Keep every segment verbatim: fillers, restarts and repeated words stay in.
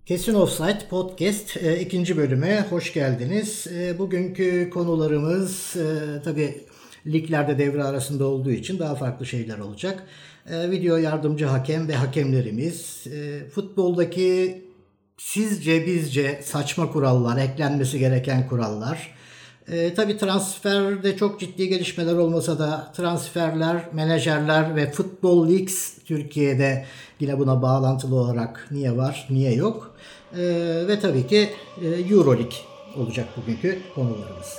Kesin Offside Podcast e, ikinci bölüme hoş geldiniz. E, bugünkü konularımız e, tabii liglerde devre arasında olduğu için daha farklı şeyler olacak. E, video yardımcı hakem ve hakemlerimiz, e, futboldaki sizce bizce saçma kurallar, eklenmesi gereken kurallar. E, tabii transferde çok ciddi gelişmeler olmasa da transferler, menajerler ve Football Leagues Türkiye'de yine buna bağlantılı olarak niye var, niye yok? E, ve tabii ki e, Euroleague olacak bugünkü konularımız.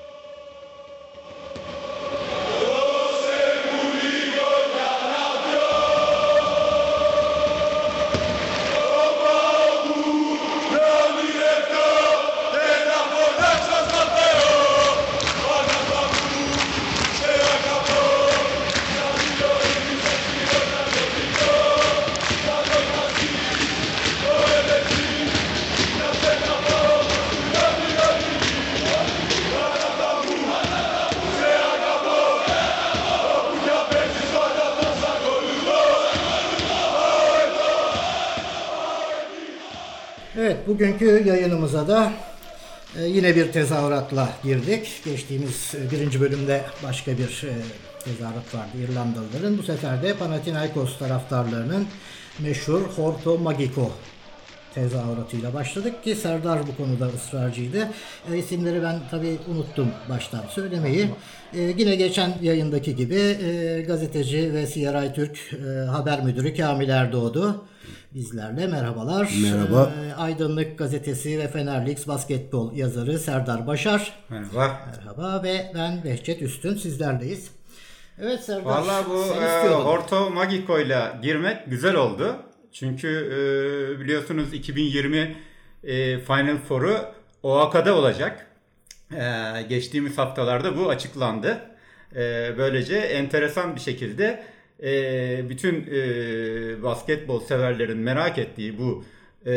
Evet, bugünkü yayınımıza da e, yine bir tezahüratla girdik. Geçtiğimiz e, birinci bölümde başka bir e, tezahürat vardı İrlandalıların. Bu sefer de Panathinaikos taraftarlarının meşhur Horto Magiko tezahüratıyla başladık ki Serdar bu konuda ısrarcıydı. E, isimleri ben tabii unuttum baştan söylemeyi. E, yine geçen yayındaki gibi e, gazeteci ve C R I Türk e, haber müdürü Kamil Erdoğdu bizlerle. Merhabalar. Merhaba. E, Aydınlık Gazetesi ve Fener Leaks basketbol yazarı Serdar Başar. Merhaba. Merhaba ve ben Behçet Üstün sizlerleyiz. Evet Serdar. Valla bu e, Horto Magiko ile girmek güzel oldu. Çünkü e, biliyorsunuz iki bin yirmi e, Final Four'u O A K'da olacak. E, geçtiğimiz haftalarda bu açıklandı. E, böylece enteresan bir şekilde e, bütün e, basketbol severlerin merak ettiği bu e,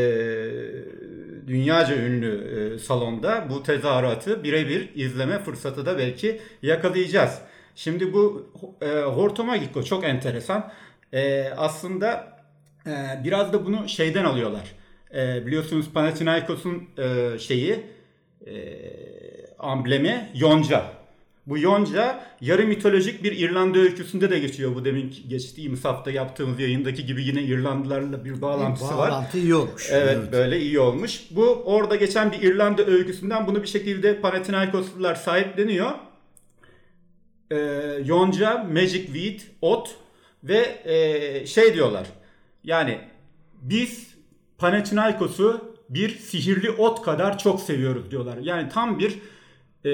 dünyaca ünlü e, salonda bu tezahüratı birebir izleme fırsatı da belki yakalayacağız. Şimdi bu e, Horto Magiko çok enteresan. E, aslında e, biraz da bunu şeyden alıyorlar. E, biliyorsunuz Panathinaikos'un e, şeyi e, amblemi yonca. Bu yonca yarı mitolojik bir İrlanda öyküsünde de geçiyor. Bu demin geçtiğimiz hafta yaptığımız yayındaki gibi yine İrlandalılarla bir bağlantısı bir var. Bağlantı iyi olmuş. Evet, evet, böyle iyi olmuş. Bu orada geçen bir İrlanda öyküsünden bunu bir şekilde Panathinaikoslular sahipleniyor. E, yonca, magic weed, ot ve e, şey diyorlar. Yani biz Panathinaikos'u bir sihirli ot kadar çok seviyoruz diyorlar. Yani tam bir e,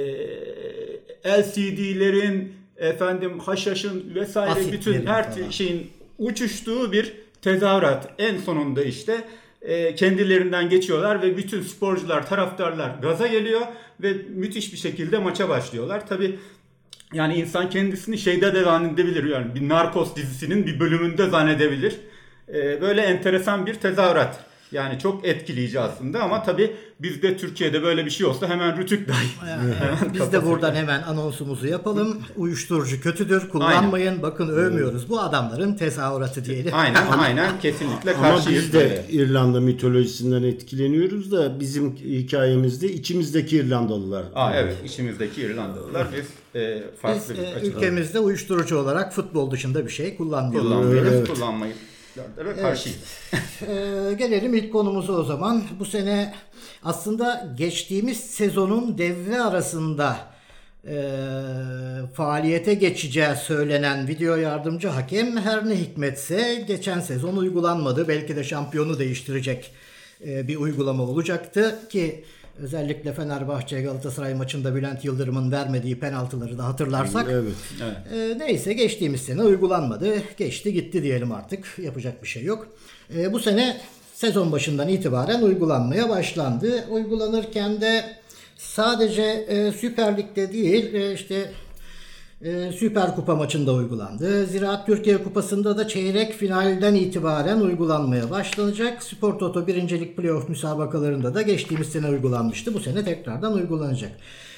L C D'lerin, efendim haşhaşın vesaire Asitlerin bütün her falan. şeyin uçuştuğu bir tezahürat. En sonunda işte e, kendilerinden geçiyorlar ve bütün sporcular, taraftarlar gaza geliyor ve müthiş bir şekilde maça başlıyorlar. Tabii yani insan kendisini şeyde de zannedebilir. Yani bir Narcos dizisinin bir bölümünde zannedebilir. Ee, böyle enteresan bir tezahürat. Yani çok etkileyici aslında ama tabii bizde Türkiye'de böyle bir şey olsa hemen rütük dahi. Yani, biz de buradan hemen anonsumuzu yapalım. Uyuşturucu kötüdür, kullanmayın. Aynen. Bakın övmüyoruz. Bu adamların tezahüratı diyelim. Aynen, aynen kesinlikle ama karşıyız. Ama biz de böyle İrlanda mitolojisinden etkileniyoruz da bizim hikayemizde içimizdeki İrlandalılar. Aa, evet, içimizdeki İrlandalılar biz e, farklı biz, bir e, açıdan. Ülkemizde uyuşturucu olarak futbol dışında bir şey kullanmıyoruz. Kullanmıyoruz, evet. kullanmayı. Evet. Karşıyız. ee, gelelim ilk konumuza o zaman. Bu sene aslında geçtiğimiz sezonun devre arasında e, faaliyete geçeceği söylenen video yardımcı hakem her ne hikmetse geçen sezon uygulanmadı. Belki de şampiyonu değiştirecek e, bir uygulama olacaktı ki özellikle Fenerbahçe Galatasaray maçında Bülent Yıldırım'ın vermediği penaltıları da hatırlarsak. Evet. Evet. E, neyse geçtiğimiz sene uygulanmadı. Geçti gitti diyelim artık. Yapacak bir şey yok. E, bu sene sezon başından itibaren uygulanmaya başlandı. Uygulanırken de sadece e, Süper Lig'de değil e, işte e, Süper Kupa maçında uygulandı. Ziraat Türkiye Kupası'nda da çeyrek finalden itibaren uygulanmaya başlanacak. Spor Toto birinci Lig Playoff müsabakalarında da geçtiğimiz sene uygulanmıştı. Bu sene tekrardan uygulanacak.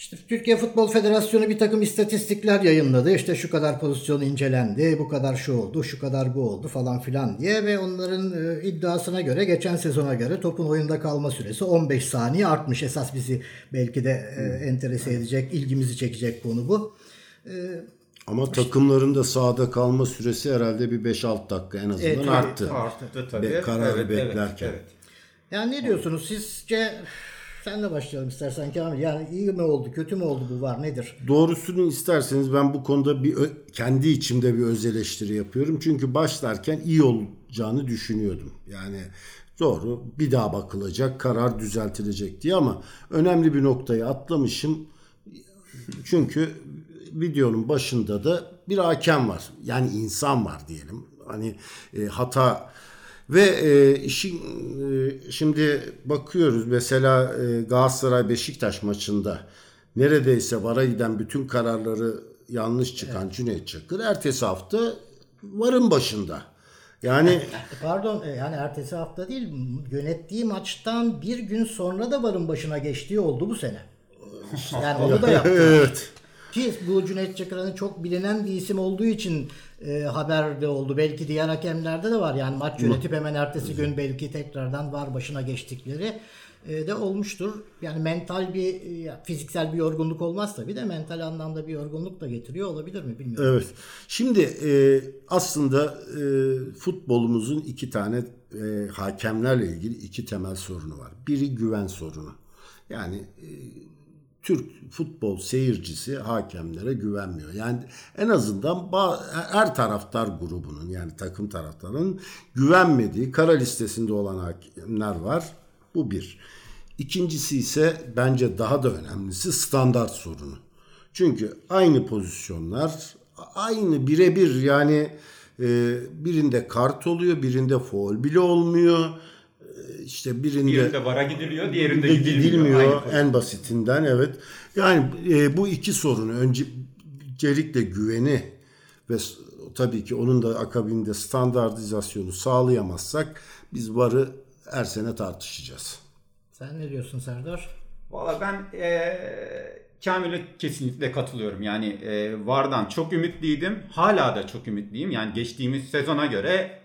İşte Türkiye Futbol Federasyonu bir takım istatistikler yayınladı. İşte şu kadar pozisyon incelendi, bu kadar şu oldu, şu kadar bu oldu falan filan diye ve onların e, iddiasına göre geçen sezona göre topun oyunda kalma süresi on beş saniye artmış. Esas bizi belki de e, enterese edecek, ilgimizi çekecek konu bu. E, Ama işte, takımların da sahada kalma süresi herhalde bir beş altı dakika en azından evet, arttı. Arttı tabii. Be, kararı evet, beklerken. Evet, evet. Yani ne diyorsunuz? Sizce senle başlayalım istersen Kamil. Yani iyi mi oldu, kötü mü oldu bu var nedir? Doğrusunu isterseniz ben bu konuda bir kendi içimde bir öz eleştiri yapıyorum. Çünkü başlarken iyi olacağını düşünüyordum. Yani doğru, bir daha bakılacak, karar düzeltilecek diye ama önemli bir noktayı atlamışım. Çünkü videonun başında da bir hakem var. Yani insan var diyelim. Hani e, hata ve e, işin e, şimdi bakıyoruz mesela e, Galatasaray Beşiktaş maçında neredeyse VAR'a giden bütün kararları yanlış çıkan evet. Cüneyt Çakır ertesi hafta VAR'ın başında. Yani pardon yani ertesi hafta değil, yönettiği maçtan bir gün sonra da VAR'ın başına geçtiği oldu bu sene. Yani onu da yaptı. Evet. Ki bu Cüneyt Çakır'ın çok bilinen bir isim olduğu için e, haberde oldu. Belki diğer hakemlerde de var. Yani maç yönetip hemen ertesi gün belki tekrardan VAR başına geçtikleri e, de olmuştur. Yani mental bir, e, fiziksel bir yorgunluk olmaz tabii de mental anlamda bir yorgunluk da getiriyor olabilir mi bilmiyorum. Evet. Şimdi e, aslında e, futbolumuzun iki tane e, hakemlerle ilgili iki temel sorunu var. Biri güven sorunu. Yani e, Türk futbol seyircisi hakemlere güvenmiyor. Yani en azından her taraftar grubunun yani takım taraftarının güvenmediği kara listesinde olan hakemler var. Bu bir. İkincisi ise bence daha da önemlisi standart sorunu. Çünkü aynı pozisyonlar aynı birebir yani e, birinde kart oluyor, birinde faul bile olmuyor. İşte birinde, birinde VAR'a gidiliyor, diğerinde gidilmiyor. gidilmiyor. En basitinden evet. Yani e, bu iki sorunu öncelikle güveni ve tabii ki onun da akabinde standartizasyonu sağlayamazsak biz VAR'ı her sene tartışacağız. Sen ne diyorsun Serdar? Valla ben e, Kamil'e kesinlikle katılıyorum. Yani e, VAR'dan çok ümitliydim. Hala da çok ümitliyim. Yani geçtiğimiz sezona göre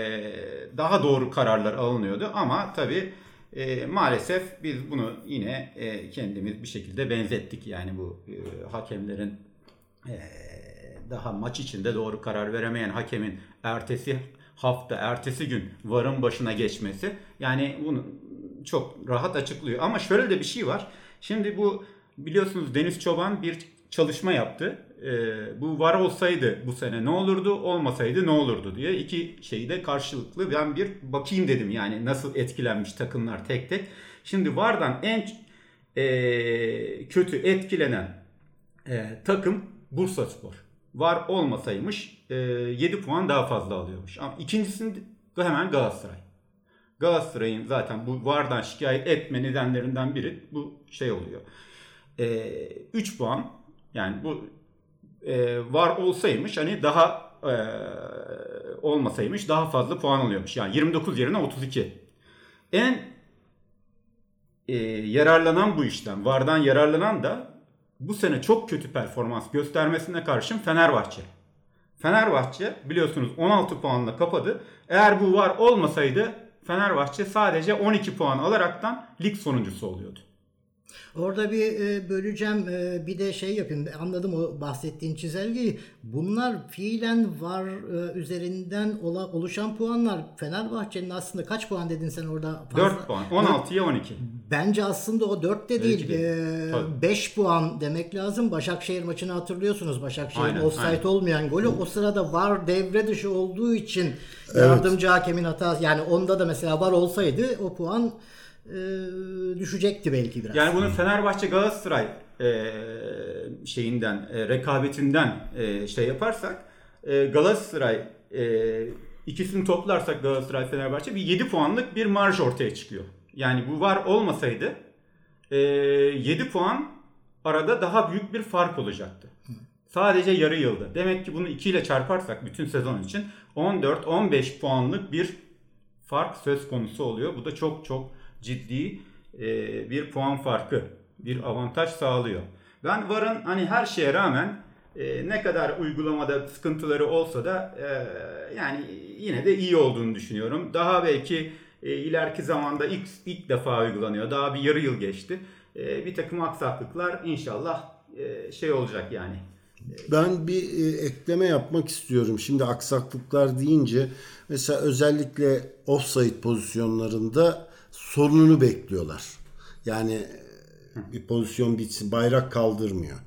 daha doğru kararlar alınıyordu ama tabii e, maalesef biz bunu yine e, kendimiz bir şekilde benzettik. Yani bu e, hakemlerin e, daha maç içinde doğru karar veremeyen hakemin ertesi hafta, ertesi gün VAR'ın başına geçmesi yani bunu çok rahat açıklıyor. Ama şöyle de bir şey var. Şimdi bu biliyorsunuz Deniz Çoban bir çalışma yaptı. Ee, bu VAR olsaydı bu sene ne olurdu, olmasaydı ne olurdu diye iki şeyi de karşılıklı ben bir bakayım dedim yani nasıl etkilenmiş takımlar tek tek. Şimdi VAR'dan en e, kötü etkilenen e, takım Bursaspor. VAR olmasaymış e, yedi puan daha fazla alıyormuş. Ama ikincisinde hemen Galatasaray. Galatasaray'ın zaten bu VAR'dan şikayet etme nedenlerinden biri bu şey oluyor. E, üç puan yani bu e, VAR olsaymış hani daha e, olmasaymış daha fazla puan alıyormuş. Yani yirmi dokuz yerine otuz iki. En e, yararlanan bu işten, VAR'dan yararlanan da bu sene çok kötü performans göstermesine karşın Fenerbahçe. Fenerbahçe biliyorsunuz on altı puanla kapadı. Eğer bu VAR olmasaydı Fenerbahçe sadece on iki puan alaraktan lig sonuncusu oluyordu. Orada bir e, böleceğim e, bir de şey yapayım. Anladım o bahsettiğin çizelgeyi. Bunlar fiilen VAR e, üzerinden ola, oluşan puanlar. Fenerbahçe'nin aslında kaç puan dedin sen orada? Fazla. dört puan. on altıya on iki. Bence aslında o dört de değil. E, beş puan demek lazım. Başakşehir maçını hatırlıyorsunuz. Başakşehir'in offside olmayan golü. O sırada VAR devre dışı olduğu için yardımcı evet. hakemin hatası. Yani onda da mesela VAR olsaydı o puan e, düşecekti belki biraz. Yani bunu Fenerbahçe Galatasaray e, şeyinden e, rekabetinden e, şey yaparsak e, Galatasaray e, ikisini toplarsak Galatasaray Fenerbahçe bir yedi puanlık bir marj ortaya çıkıyor. Yani bu VAR olmasaydı e, yedi puan arada daha büyük bir fark olacaktı. Hı. Sadece yarı yılda. Demek ki bunu iki ile çarparsak bütün sezon için on dört on beş puanlık bir fark söz konusu oluyor. Bu da çok çok ciddi e, bir puan farkı, bir avantaj sağlıyor. Ben V A R'ın hani her şeye rağmen e, ne kadar uygulamada sıkıntıları olsa da e, yani yine de iyi olduğunu düşünüyorum. Daha belki e, ileriki zamanda ilk ilk defa uygulanıyor. Daha bir yarı yıl geçti. E, bir takım aksaklıklar inşallah e, şey olacak yani. Ben bir e, ekleme yapmak istiyorum. Şimdi aksaklıklar deyince mesela özellikle offside pozisyonlarında sonunu bekliyorlar. Yani bir pozisyon bitsin, bayrak kaldırmıyor.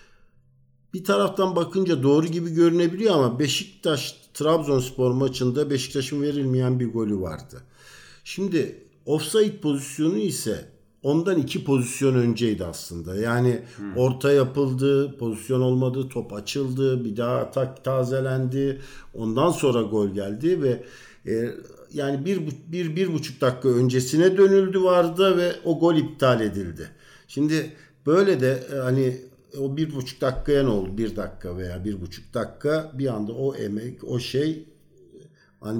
Bir taraftan bakınca doğru gibi görünebiliyor ama Beşiktaş Trabzonspor maçında Beşiktaş'ın verilmeyen bir golü vardı. Şimdi offside pozisyonu ise ondan iki pozisyon önceydi aslında. Yani hmm. orta yapıldı, pozisyon olmadı, top açıldı, bir daha atak tazelendi. Ondan sonra gol geldi ve e, yani bir, bir, bir buçuk dakika öncesine dönüldü vardı ve o gol iptal edildi. Şimdi böyle de hani o bir buçuk dakikaya ne oldu? Bir dakika veya bir buçuk dakika bir anda o emek, o şey hani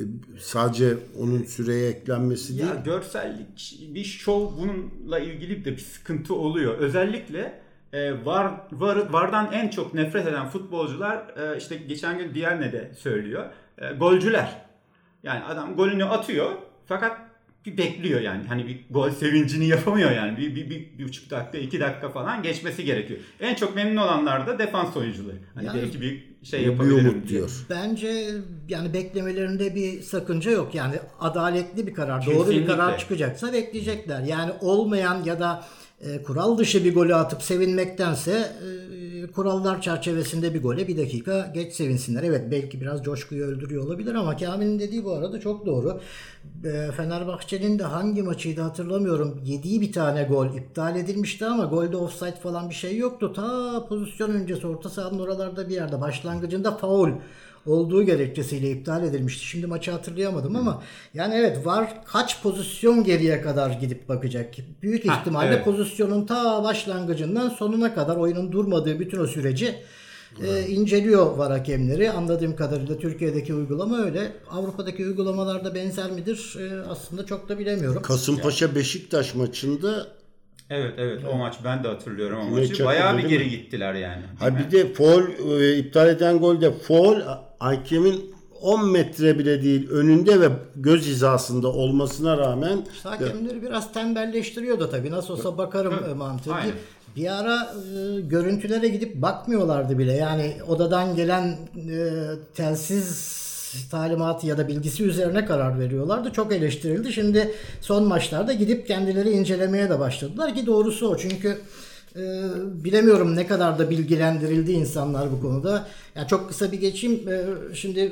sadece onun süreye eklenmesi değil. Ya görsellik, bir şov bununla ilgili de bir sıkıntı oluyor. Özellikle e, var, var vardan en çok nefret eden futbolcular e, işte geçen gün Diyanet de söylüyor. E, golcüler. Yani adam golünü atıyor fakat bir bekliyor yani. Hani bir gol sevincini yapamıyor yani. Bir, bir, bir, bir buçuk dakika, iki dakika falan geçmesi gerekiyor. En çok memnun olanlar da defans oyuncuları. Hani yani, belki bir şey yapabilirim diyor. Bence yani beklemelerinde bir sakınca yok. Yani adaletli bir karar, kesinlikle doğru bir karar çıkacaksa bekleyecekler. Yani olmayan ya da e, kural dışı bir golü atıp sevinmektense e, kurallar çerçevesinde bir gole bir dakika geç sevinsinler. Evet belki biraz coşkuyu öldürüyor olabilir ama Kamil'in dediği bu arada çok doğru. E, Fenerbahçe'nin de hangi maçıydı hatırlamıyorum. Yediği bir tane gol iptal edilmişti ama golde offside falan bir şey yoktu. Ta pozisyon öncesi orta sahanın oralarda bir yerde başlangıcında faul olduğu gerekçesiyle iptal edilmişti. Şimdi maçı hatırlayamadım ama yani evet var kaç pozisyon geriye kadar gidip bakacak. Büyük ihtimalle ha, evet. pozisyonun ta başlangıcından sonuna kadar oyunun durmadığı bütün o süreci e, inceliyor var hakemleri. Anladığım kadarıyla Türkiye'deki uygulama öyle. Avrupa'daki uygulamalarda benzer midir? E, aslında çok da bilemiyorum. Kasımpaşa Beşiktaş maçında evet evet o maç ben de hatırlıyorum o maçı. Bayağı bir geri mi? Gittiler yani. Ha bir de foul e, iptal eden golde foul hakemin on metre bile değil önünde ve göz hizasında olmasına rağmen işte hakemleri biraz tembelleştiriyor da tabii nasıl olsa bakarım Hı. mantığı. Aynen. Bir ara e, görüntülere gidip bakmıyorlardı bile. Yani odadan gelen e, telsiz talimatı ya da bilgisi üzerine karar veriyorlardı. Çok eleştirildi. Şimdi son maçlarda gidip kendileri incelemeye de başladılar ki doğrusu o. Çünkü e, bilemiyorum ne kadar da bilgilendirildi insanlar bu konuda. Yani çok kısa bir geçeyim. E, şimdi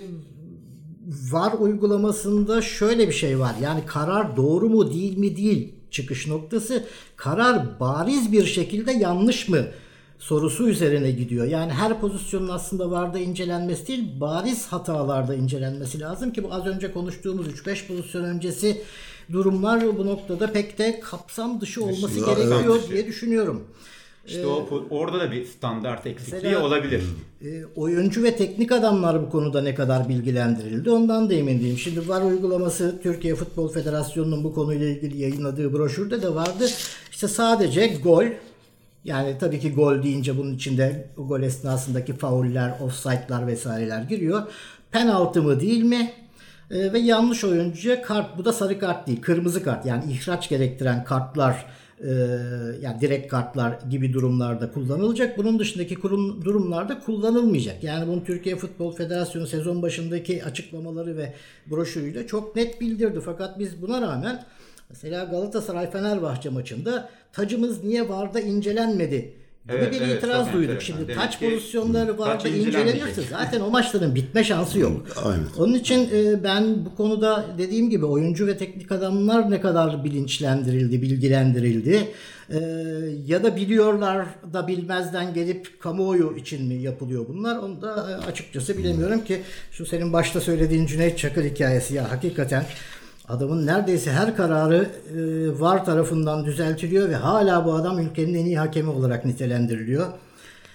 V A R uygulamasında şöyle bir şey var. Yani karar doğru mu değil mi değil çıkış noktası. Karar bariz bir şekilde yanlış mı sorusu üzerine gidiyor. Yani her pozisyonun aslında V A R'da incelenmesi değil, bariz hatalarda incelenmesi lazım ki bu az önce konuştuğumuz üç beş pozisyon öncesi durumlar bu noktada pek de kapsam dışı olması ya, gerekiyor evet. diye düşünüyorum. İşte ee, o orada da bir standart eksikliği mesela, olabilir. E, oyuncu ve teknik adamlar bu konuda ne kadar bilgilendirildi ondan da emin değilim. Şimdi V A R uygulaması Türkiye Futbol Federasyonu'nun bu konuyla ilgili yayınladığı broşürde de vardı. İşte sadece gol, yani tabii ki gol deyince bunun içinde o gol esnasındaki fauller, offside'lar vesaireler giriyor. Penaltı mı değil mi? E, ve yanlış oyuncuya kart, bu da sarı kart değil, kırmızı kart. Yani ihraç gerektiren kartlar, e, yani direkt kartlar gibi durumlarda kullanılacak. Bunun dışındaki kurum, durumlarda kullanılmayacak. Yani bunu Türkiye Futbol Federasyonu sezon başındaki açıklamaları ve broşürüyle çok net bildirdi. Fakat biz buna rağmen mesela Galatasaray-Fenerbahçe maçında tacımız niye V A R'da incelenmedi gibi evet, bir evet, itiraz duyduk. Şimdi taç pozisyonları V A R'da incelenirse zaten o maçların bitme şansı yok. Aynen. Onun için e, ben bu konuda dediğim gibi oyuncu ve teknik adamlar ne kadar bilinçlendirildi, bilgilendirildi e, ya da biliyorlar da bilmezden gelip kamuoyu için mi yapılıyor bunlar onu da açıkçası bilemiyorum ki şu senin başta söylediğin Cüneyt Çakır hikayesi ya hakikaten adamın neredeyse her kararı e, V A R tarafından düzeltiliyor ve hala bu adam ülkenin en iyi hakemi olarak nitelendiriliyor.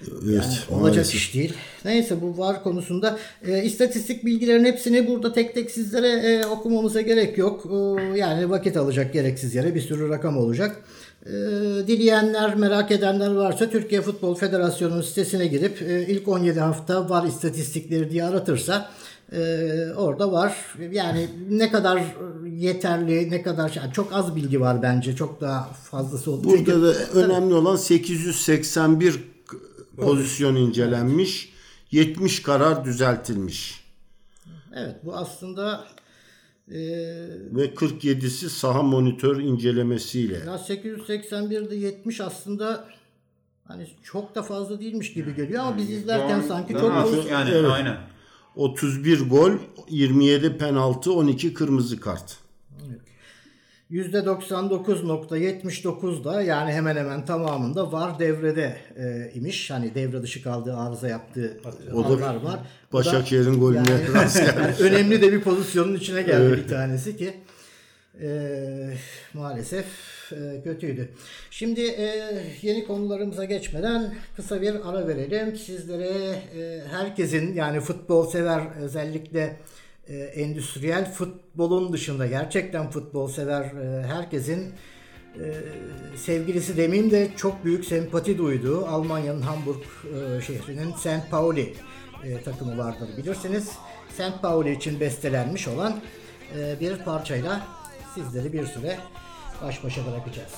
Evet, yani olacak maalesef. iş değil. Neyse bu V A R konusunda e, istatistik bilgilerin hepsini burada tek tek sizlere e, okumamıza gerek yok. E, yani vakit alacak gereksiz yere bir sürü rakam olacak. E, dileyenler, merak edenler varsa Türkiye Futbol Federasyonu'nun sitesine girip e, ilk on yedi hafta V A R istatistikleri diye aratırsa e, orada var. Yani ne kadar yeterli, ne kadar yani çok az bilgi var bence. Çok daha fazlası oldu. Burada Çünkü, da önemli olan sekiz yüz seksen bir pozisyon incelenmiş. yetmiş karar düzeltilmiş. Evet, bu aslında e, ve kırk yedisi saha monitör incelemesiyle. Ya sekiz yüz seksen birde yetmiş aslında hani çok da fazla değilmiş gibi geliyor ama biz izlerken Doğru, sanki doğru. çok çok yani evet. Aynen. otuz bir gol, yirmi yedi penaltı, on iki kırmızı kart. yüzde doksan dokuz nokta yetmiş dokuz da yani hemen hemen tamamında V A R devrede e, imiş. Hani devre dışı kaldığı, arıza yaptığı o anlar var. Başakşehir'in golüne yani, rast gelmiş. Yani önemli de bir pozisyonun içine geldi evet. bir tanesi ki e, maalesef e, kötüydü. Şimdi e, yeni konularımıza geçmeden kısa bir ara verelim. Sizlere e, herkesin yani futbol sever özellikle e, endüstriyel futbolun dışında gerçekten futbol sever e, herkesin e, sevgilisi demeyeyim de çok büyük sempati duyduğu Almanya'nın Hamburg e, şehrinin Saint Pauli e, takımı vardır bilirsiniz. Saint Pauli için bestelenmiş olan e, bir parçayla sizleri bir süre baş başa bırakacağız.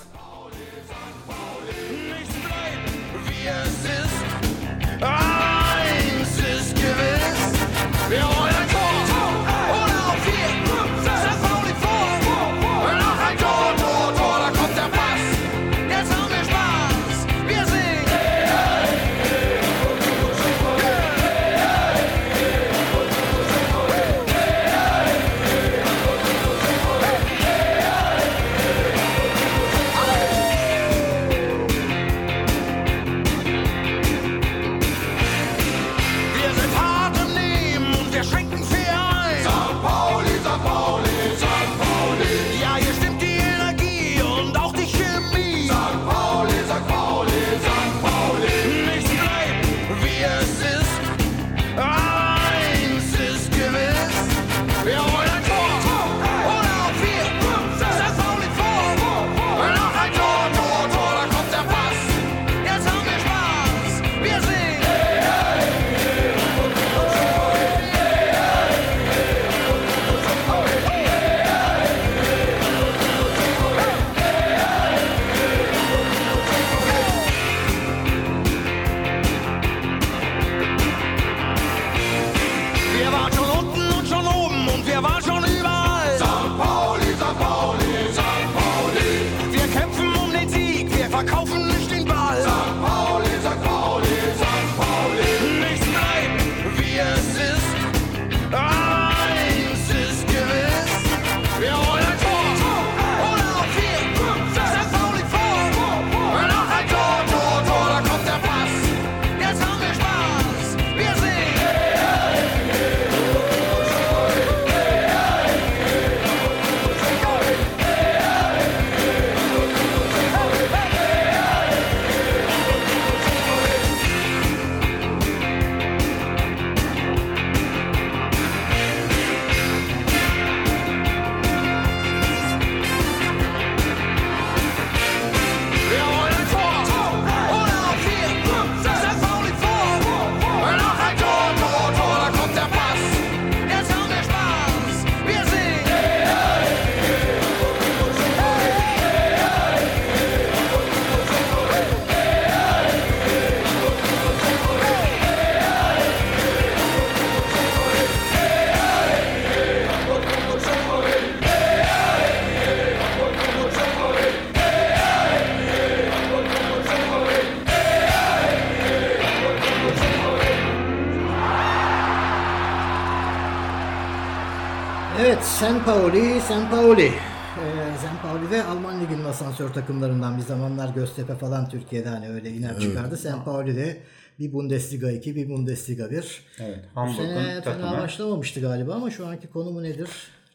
Evet, Saint Pauli, Saint Pauli. Ee, Saint Pauli de Alman Ligi'nin asansör takımlarından bir zamanlar Göztepe falan Türkiye'de hani öyle iner evet. çıkardı. Saint Pauli de bir Bundesliga iki, bir Bundesliga bir. Evet, Bu sene fena başlamamıştı galiba ama şu anki konumu nedir?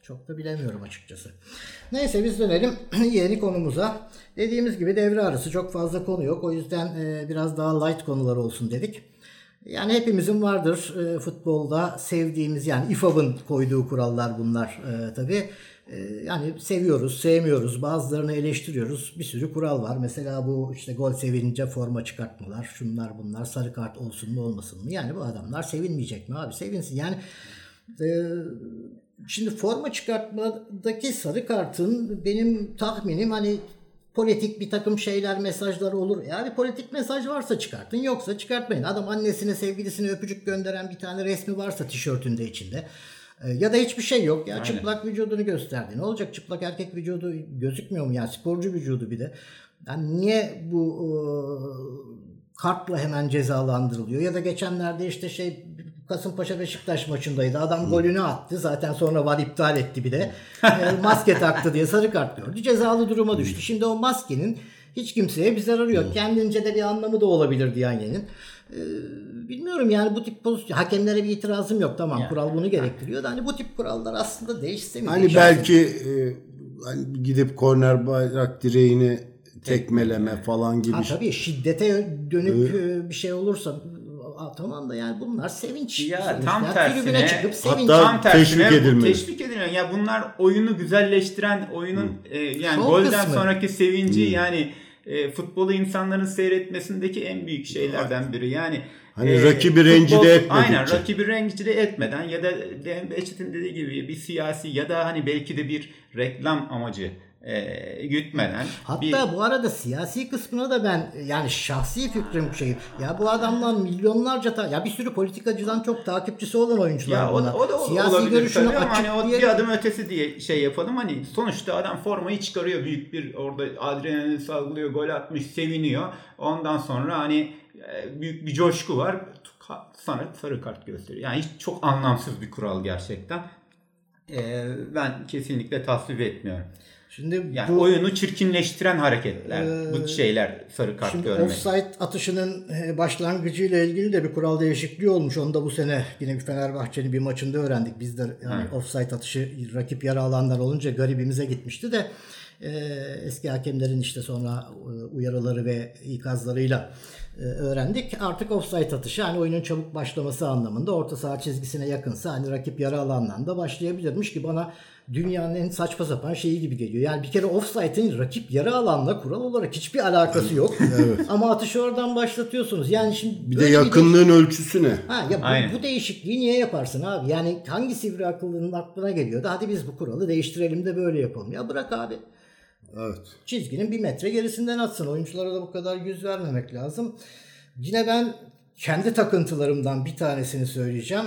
Çok da bilemiyorum açıkçası. Neyse biz dönelim yeni konumuza. Dediğimiz gibi devre arası çok fazla konu yok. O yüzden e, biraz daha light konular olsun dedik. Yani hepimizin vardır e, futbolda sevdiğimiz, yani İ F A B'ın koyduğu kurallar bunlar e, tabii. E, yani seviyoruz, sevmiyoruz, bazılarını eleştiriyoruz. Bir sürü kural var. Mesela bu işte gol sevinince forma çıkartmalar, şunlar bunlar, sarı kart olsun mu olmasın mı? Yani bu adamlar sevinmeyecek mi abi? Sevinsin. Yani e, şimdi forma çıkartmadaki sarı kartın benim tahminim hani politik bir takım şeyler, mesajlar olur. Yani politik mesaj varsa çıkartın, yoksa çıkartmayın. Adam annesine, sevgilisine öpücük gönderen bir tane resmi varsa tişörtünde içinde. Ya da hiçbir şey yok. Ya aynen. Çıplak vücudunu gösterdi. Ne olacak? Çıplak erkek vücudu gözükmüyor mu? Yani sporcu vücudu bir de. Yani niye bu e, kartla hemen cezalandırılıyor? Ya da geçenlerde işte şey Kasımpaşa Beşiktaş maçındaydı. Adam hmm. golünü attı. Zaten sonra var iptal etti bir de. e, maske taktı diye sarı kart gördü. Cezalı duruma düştü. Şimdi o maskenin hiç kimseye bir zararı yok. Hmm. Kendince de bir anlamı da olabilir Diyanye'nin. Ee, bilmiyorum yani bu tip pozisyon, hakemlere bir itirazım yok, tamam yani. Kural bunu gerektiriyor da hani bu tip kurallar aslında değişse mi? Hani belki e, hani gidip korner bayrak direğini tekmeleme evet. falan gibi. Ha, tabii şiddete dönük evet. bir şey olursa tamam da yani bunlar sevinç. Ya tam tersine, çıkıp sevinç. Hatta tam teşvik edilmeli. Teşvik ediliyor. Ya bunlar oyunu güzelleştiren, oyunun e, yani Son golden kısmı. sonraki sevinci hmm. yani E, futbolu insanların seyretmesindeki en büyük şeylerden biri. Yani hani e, rakibi rencide etmedikçe. Aynen, rakibi rencide etmeden ya da Behçet'in dediği gibi bir siyasi ya da hani belki de bir reklam amacı e, gütmeden. Hatta bir... bu arada siyasi kısmına da ben yani şahsi fikrim şey. Ya bu adamlar milyonlarca ta- ya bir sürü politikacıdan çok takipçisi olan oyuncular ya bunlar. O, o da siyasi görüşünü açık hani o diye... bir adım ötesi diye şey yapalım. Hani sonuçta adam formayı çıkarıyor, büyük bir orada adrenalin salgılıyor, gol atmış, seviniyor. Ondan sonra hani büyük bir coşku var. Sana sarı kart gösteriyor. Yani hiç çok anlamsız bir kural gerçekten. Ee, ben kesinlikle tasvip etmiyorum. Şimdi yani bu, oyunu çirkinleştiren hareketler, e, bu şeyler sarı kart şimdi görmek. Offside atışının başlangıcıyla ilgili de bir kural değişikliği olmuş. Onu da bu sene yine bir Fenerbahçe'nin bir maçında öğrendik. Biz de yani evet. offside atışı rakip yarı alanlar olunca garibimize gitmişti de e, eski hakemlerin işte sonra uyarıları ve ikazlarıyla e, öğrendik. Artık offside atışı hani oyunun çabuk başlaması anlamında orta saha çizgisine yakınsa hani rakip yarı alandan da başlayabilirmiş ki bana dünyanın en saçma sapan şeyi gibi geliyor. Yani bir kere offside'in rakip yarı alanla kural olarak hiçbir alakası yok. Evet. Ama atışı oradan başlatıyorsunuz. Yani şimdi bir de yakınlığın bir de... ölçüsü ne? Ha ya bu, bu değişikliği niye yaparsın abi? Yani hangi sivri akıllının aklına geliyor da hadi biz bu kuralı değiştirelim de böyle yapalım. Ya bırak abi. Evet. Çizginin bir metre gerisinden atsın. Oyunculara da bu kadar yüz vermemek lazım. Yine ben kendi takıntılarımdan bir tanesini söyleyeceğim.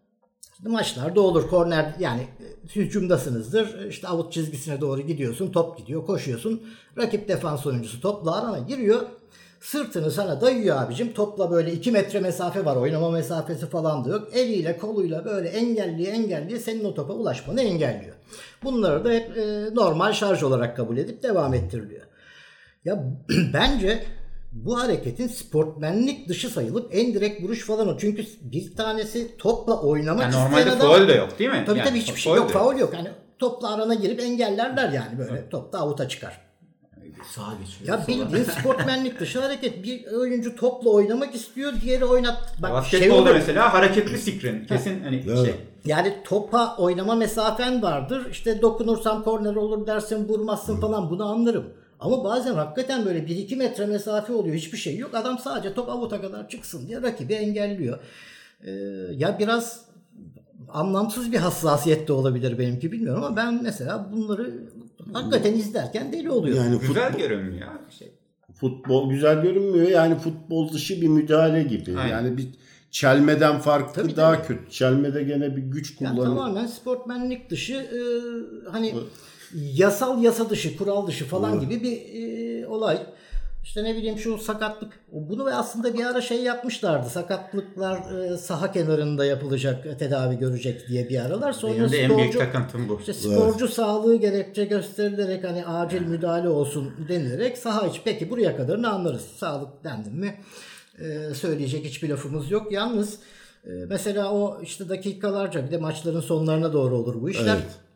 Maçlarda olur. Korner yani hücumdasınızdır. İşte avut çizgisine doğru gidiyorsun. Top gidiyor. Koşuyorsun. Rakip defans oyuncusu topla arana giriyor. Sırtını sana dayıyor abicim. Topla böyle iki metre mesafe var. Oynama mesafesi falan da yok. Eliyle koluyla böyle engelliye engelliye senin o topa ulaşmanı engelliyor. Bunları da hep e, normal şarj olarak kabul edip devam ettiriliyor. Ya bence bu hareketin sportmenlik dışı sayılıp en direkt vuruş falan o. Çünkü bir tanesi topla oynamak yani isteyen adam... Normalde faul da yok değil mi? Tabii yani, tabii hiçbir şey yok. Faul yok. Yani topla arana girip engellerler yani böyle. Evet. Top da avuta çıkar. Sağa geçiyor. Ya bildiğin sportmenlik dışı hareket. Bir oyuncu topla oynamak istiyor, diğeri oynat. Bak, basketbolda şey mesela hareketli screen. Kesin hani evet. şey. Yani topa oynama mesafen vardır. İşte dokunursam korner olur dersin, vurmazsın hmm. falan, bunu anlarım. Ama bazen hakikaten böyle bir iki metre mesafe oluyor. Hiçbir şey yok. Adam sadece top avuta kadar çıksın diye rakibi engelliyor. Ee, ya biraz anlamsız bir hassasiyet de olabilir benimki, bilmiyorum ama ben mesela bunları hakikaten izlerken deli oluyorum. Yani güzel futbol, görünmüyor ya bir şey. Futbol güzel görünmüyor. Yani futbol dışı bir müdahale gibi. Aynen. Yani bir çelmeden farklı tabii, daha tabii. kötü. Çelmede gene bir güç kullanıyor. Yani tamamen sportmenlik dışı e, hani yasal yasa dışı, kural dışı falan evet. gibi bir e, olay. İşte ne bileyim şu sakatlık. Bunu ve aslında bir ara şey yapmışlardı. Sakatlıklar e, saha kenarında yapılacak, tedavi görecek diye bir aralar. Sonra benim de sporcu, en büyük takıntım bu. İşte sporcu evet. sağlığı gerekçe gösterilerek hani acil müdahale olsun denilerek saha içi. Peki buraya kadarını anlarız. Sağlık dendim mi e, söyleyecek hiçbir lafımız yok. Yalnız e, mesela o işte dakikalarca bir de maçların sonlarına doğru olur bu işler. Evet.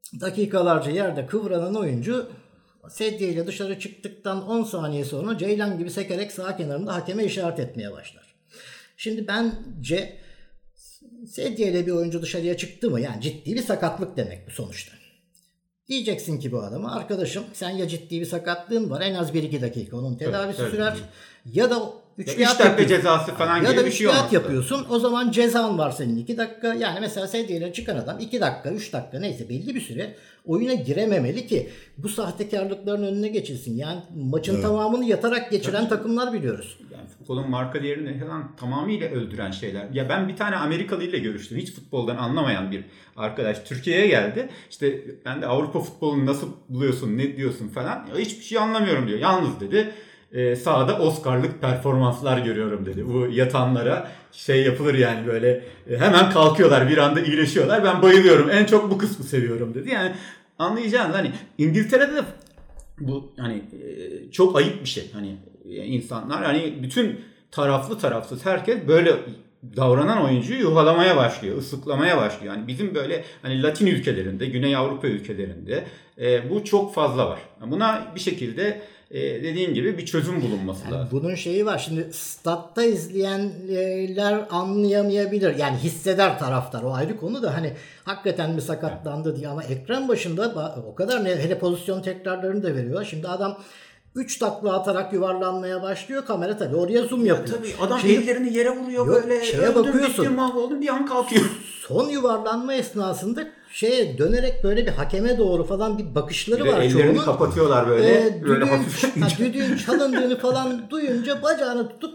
dakikalarca yerde kıvranan oyuncu sedyeyle dışarı çıktıktan on saniye sonra ceylan gibi sekerek sağ kenarında hakeme işaret etmeye başlar. Şimdi bence sedyeyle bir oyuncu dışarıya çıktı mı, yani ciddi bir sakatlık demek bu sonuçta. Diyeceksin ki bu adama, arkadaşım sen ya ciddi bir sakatlığın var, en az bir iki dakika onun tedavisi evet, sürer evet. ya da üç dakika cezası falan ya gibi da bir şey olmaz. yapıyorsun. O zaman cezan var senin iki dakika. Yani mesela sedyeyle çıkan adam iki dakika, üç dakika neyse belli bir süre oyuna girememeli ki bu sahtekarlıkların önüne geçilsin. Yani maçın evet. tamamını yatarak geçiren Tabii. takımlar biliyoruz. Yani futbolun marka değerini falan tamamıyla öldüren şeyler. Ya ben bir tane Amerikalı ile görüştüm. Hiç futboldan anlamayan bir arkadaş Türkiye'ye geldi. İşte ben de Avrupa futbolunu nasıl buluyorsun, ne diyorsun falan. Ya hiçbir şey anlamıyorum diyor. Yalnız dedi Ee, sahada Oscar'lık performanslar görüyorum dedi. Bu yatanlara şey yapılır yani, böyle e, hemen kalkıyorlar, bir anda iyileşiyorlar. Ben bayılıyorum. En çok bu kısmı seviyorum dedi. Yani anlayacağınız hani İngiltere'de de bu hani e, çok ayıp bir şey. Hani e, insanlar hani bütün taraflı tarafsız herkes böyle davranan oyuncuyu yuhalamaya başlıyor, ıslıklamaya başlıyor. Yani bizim böyle hani Latin ülkelerinde, Güney Avrupa ülkelerinde e, bu çok fazla var. Buna bir şekilde Ee, dediğin gibi bir çözüm bulunması yani lazım. Bunun şeyi var. Şimdi statta izleyenler anlayamayabilir. Yani hisseder taraftar. O ayrı konu da hani hakikaten mi sakatlandı evet. diye, ama ekran başında o kadar ne, hele pozisyon tekrarlarını da veriyor. Şimdi adam üç takla atarak yuvarlanmaya başlıyor. Kamera tabii oraya zoom yapıyor. Ya tabii adam Şimdi, ellerini yere vuruyor yok, böyle. Şeye bakıyorsun. Bittim, mahvoldum, bir an kalkıyor. Son yuvarlanma esnasında şeye dönerek böyle bir hakeme doğru falan bir bakışları bir var çoğunun. Ellerini kapatıyorlar böyle. Ee, böyle düdüğün, ha, düdüğün çalındığını falan duyunca bacağını tutup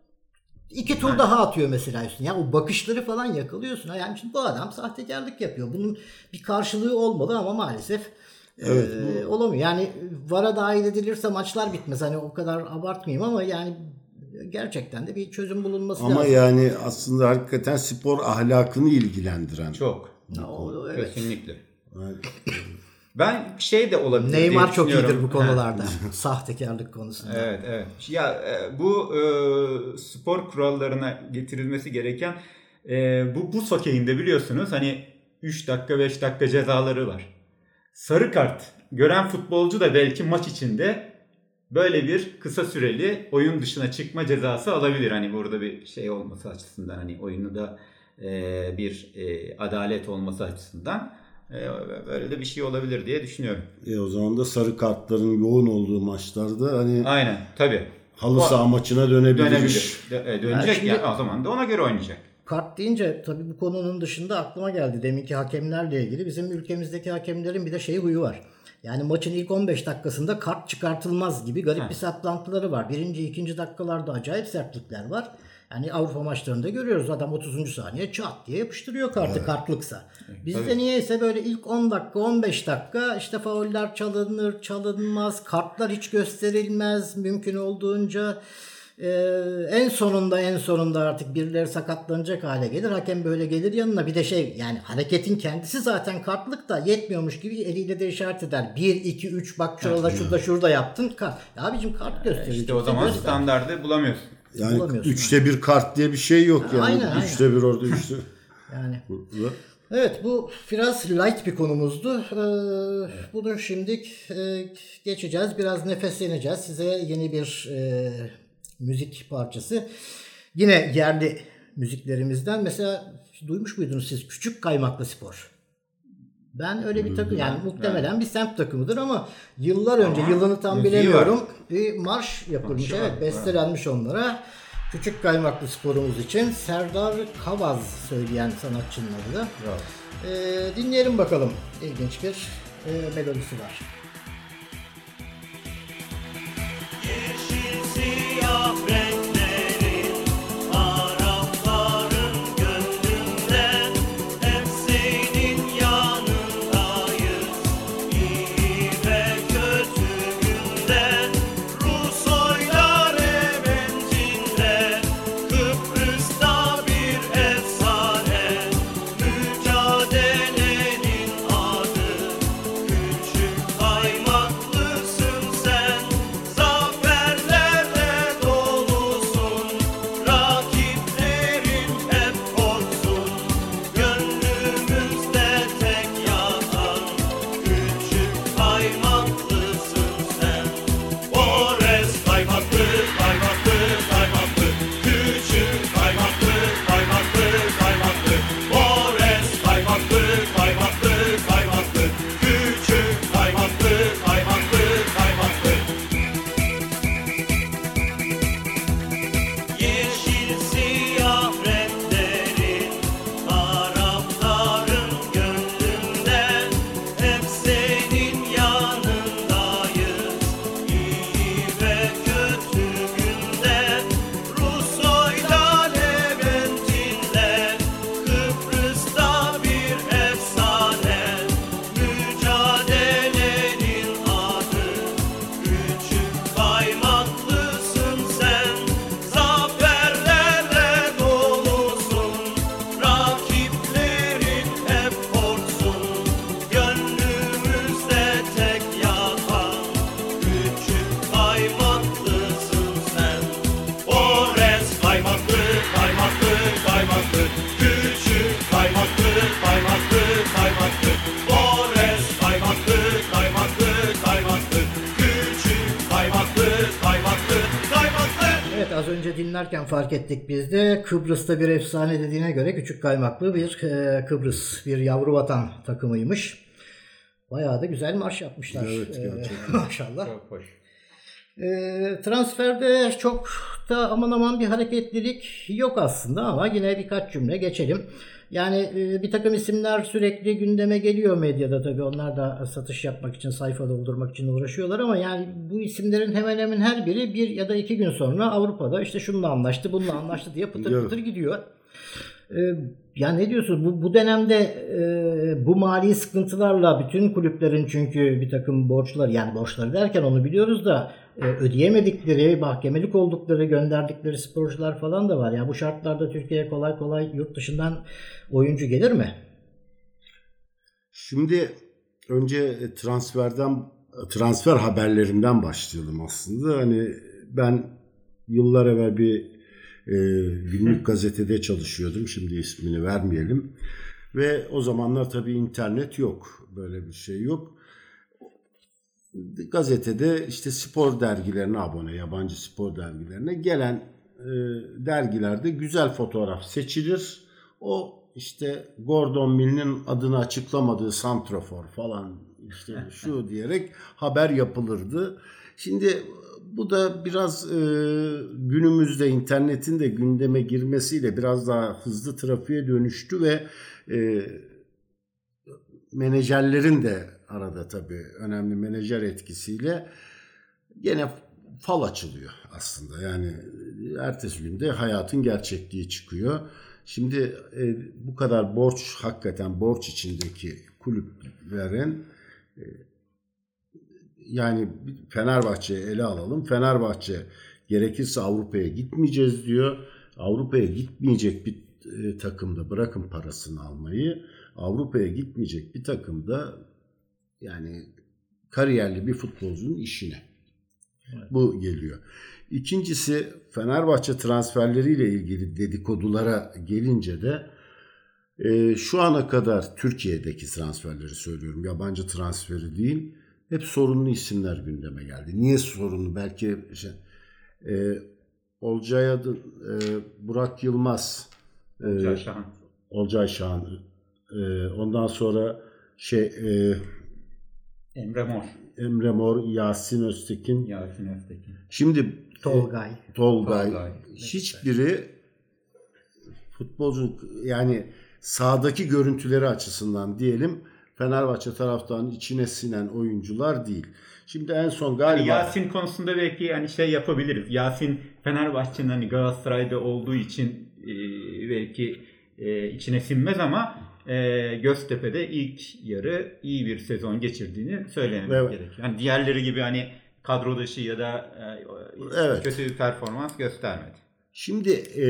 iki tur daha atıyor mesela üstüne. Yani o bakışları falan yakalıyorsun. Yani şimdi bu adam sahtekarlık yapıyor. Bunun bir karşılığı olmalı ama maalesef evet, e, olamıyor. Yani V A R'a dahil edilirse maçlar bitmez. Hani o kadar abartmayayım ama yani gerçekten de bir çözüm bulunması ama lazım. Ama yani aslında hakikaten spor ahlakını ilgilendiren. Çok. O, evet. Kesinlikle. Ben şey de olabilir Neymar çok iyidir bu konularda. Sahtekarlık konusunda. Evet, evet. Ya bu e, spor kurallarına getirilmesi gereken e, bu buz hokeyinde biliyorsunuz hani üç dakika beş dakika cezaları var. Sarı kart gören futbolcu da belki maç içinde böyle bir kısa süreli oyun dışına çıkma cezası alabilir. Hani burada bir şey olması açısından, hani oyunu da e, bir e, adalet olması açısından e, böyle de bir şey olabilir diye düşünüyorum. E o zaman da sarı kartların yoğun olduğu maçlarda hani aynen tabii. Halı saha maçına dönebilir. Dönebilir. Dö- dönecek yani, yani o zaman da ona göre oynayacak. Kart deyince tabii bu konunun dışında aklıma geldi. Deminki hakemlerle ilgili bizim ülkemizdeki hakemlerin bir de şey huyu var. Yani maçın ilk on beş dakikasında kart çıkartılmaz gibi garip ha. bir saplantıları var. Birinci, ikinci dakikalarda acayip sertlikler var. Yani Avrupa maçlarında görüyoruz, adam otuzuncu saniye çat diye yapıştırıyor kartı evet. kartlıksa. Bizde Tabii. niyeyse böyle ilk on dakika, on beş dakika işte fauller çalınır, çalınmaz, kartlar hiç gösterilmez mümkün olduğunca. Ee, en sonunda en sonunda artık birileri sakatlanacak hale gelir. Hakem böyle gelir yanına, bir de şey yani hareketin kendisi zaten kartlık da yetmiyormuş gibi eliyle de işaret eder. bir, iki, üç bak şurada evet. şurada şurada yaptın. Kart. Ya abicim kart gösteriyor. İşte o zaman göster. Standardı bulamıyorsun. Yani üçte bir kart diye bir şey yok yani. Aynen, üçte bir orada üçte. Yani. Evet, bu biraz light bir konumuzdu. Ee, bunu şimdi e, geçeceğiz. Biraz nefesleneceğiz. Size yeni bir e, müzik parçası. Yine yerli müziklerimizden. Mesela duymuş muydunuz siz? Küçük Kaymaklı Spor. Ben öyle bir takım, yani muhtemelen yani. bir semt takımıdır ama yıllar önce, ama yılını tam bilemiyorum, var. bir marş yapılmış. Marşı evet, var. bestelenmiş onlara. Küçük Kaymaklı Sporumuz için Serdar Kavaz söyleyen sanatçının adı da. Evet. Ee, dinleyelim bakalım. İlginç bir e, melodisi var. Yeşil siyah renklerin Arapların gönlünden hep senin yanındayız. İyi ve kötü günden Rus oylar emencinde Kıbrıs'ta bir efsane mücadelenin adı Küçük az önce dinlerken fark ettik biz de. Kıbrıs'ta bir efsane dediğine göre Küçük Kaymaklı bir e, Kıbrıs, bir yavru vatan takımıymış. Bayağı da güzel marş yapmışlar. Evet, e, maşallah. Çok hoş. E, transferde çok da aman aman bir hareketlilik yok aslında ama yine birkaç cümle geçelim. Yani e, bir takım isimler sürekli gündeme geliyor medyada, tabii onlar da satış yapmak için, sayfa doldurmak için uğraşıyorlar ama yani bu isimlerin hemen hemen her biri bir ya da iki gün sonra Avrupa'da işte şununla anlaştı, bununla anlaştı diye pıtır pıtır gidiyor. E, ya ne diyorsun? Bu, bu dönemde e, bu mali sıkıntılarla bütün kulüplerin, çünkü bir takım borçlar, yani borçları derken onu biliyoruz da e, ödeyemedikleri, mahkemelik oldukları, gönderdikleri sporcular falan da var. Ya bu şartlarda Türkiye'ye kolay kolay yurt dışından oyuncu gelir mi? Şimdi önce transferden transfer haberlerinden başlayalım aslında. Hani ben yıllar evvel bir e, günlük gazetede çalışıyordum. Şimdi ismini vermeyelim. Ve o zamanlar tabii internet yok. Böyle bir şey yok. Gazetede işte spor dergilerine abone, yabancı spor dergilerine gelen e, dergilerde güzel fotoğraf seçilir. O işte Gordon Mill'in adını açıklamadığı santrafor falan işte şu diyerek haber yapılırdı. Şimdi bu da biraz e, günümüzde internetin de gündeme girmesiyle biraz daha hızlı trafiğe dönüştü ve e, menajerlerin de arada tabii önemli menajer etkisiyle gene fal açılıyor aslında. Yani ertesi günde hayatın gerçekliği çıkıyor. Şimdi e, bu kadar borç, hakikaten borç içindeki kulüplerin e, yani Fenerbahçe'yi ele alalım. Fenerbahçe gerekirse Avrupa'ya gitmeyeceğiz diyor. Avrupa'ya gitmeyecek bir e, takımda bırakın parasını almayı. Avrupa'ya gitmeyecek bir takımda yani kariyerli bir futbolcunun işine. Evet. Bu geliyor. İkincisi, Fenerbahçe transferleriyle ilgili dedikodulara gelince de e, şu ana kadar Türkiye'deki transferleri söylüyorum. Yabancı transferi değil. Hep sorunlu isimler gündeme geldi. Niye sorunlu? Belki işte, e, Olcay adı, e, Burak Yılmaz, e, Olcay Şahan. Olcay Şahan. E, ondan sonra şey e, Emre Mor. Emre Mor, Yasin Öztekin. Yasin Öztekin. Şimdi Tolgay. E, Tolgay. Tolgay. Hiçbiri futbolcu, yani sahadaki görüntüleri açısından diyelim Fenerbahçe taraftarının içine sinen oyuncular değil. Şimdi en son galiba... Yani Yasin konusunda belki yani şey yapabiliriz. Yasin Fenerbahçe'nin hani Galatasaray'da olduğu için e, belki e, içine sinmez ama e, Göztepe'de ilk yarı iyi bir sezon geçirdiğini söylememiz evet. gerekiyor. Yani diğerleri gibi hani kadro dışı ya da e, evet. kötü bir performans göstermedi. Şimdi e,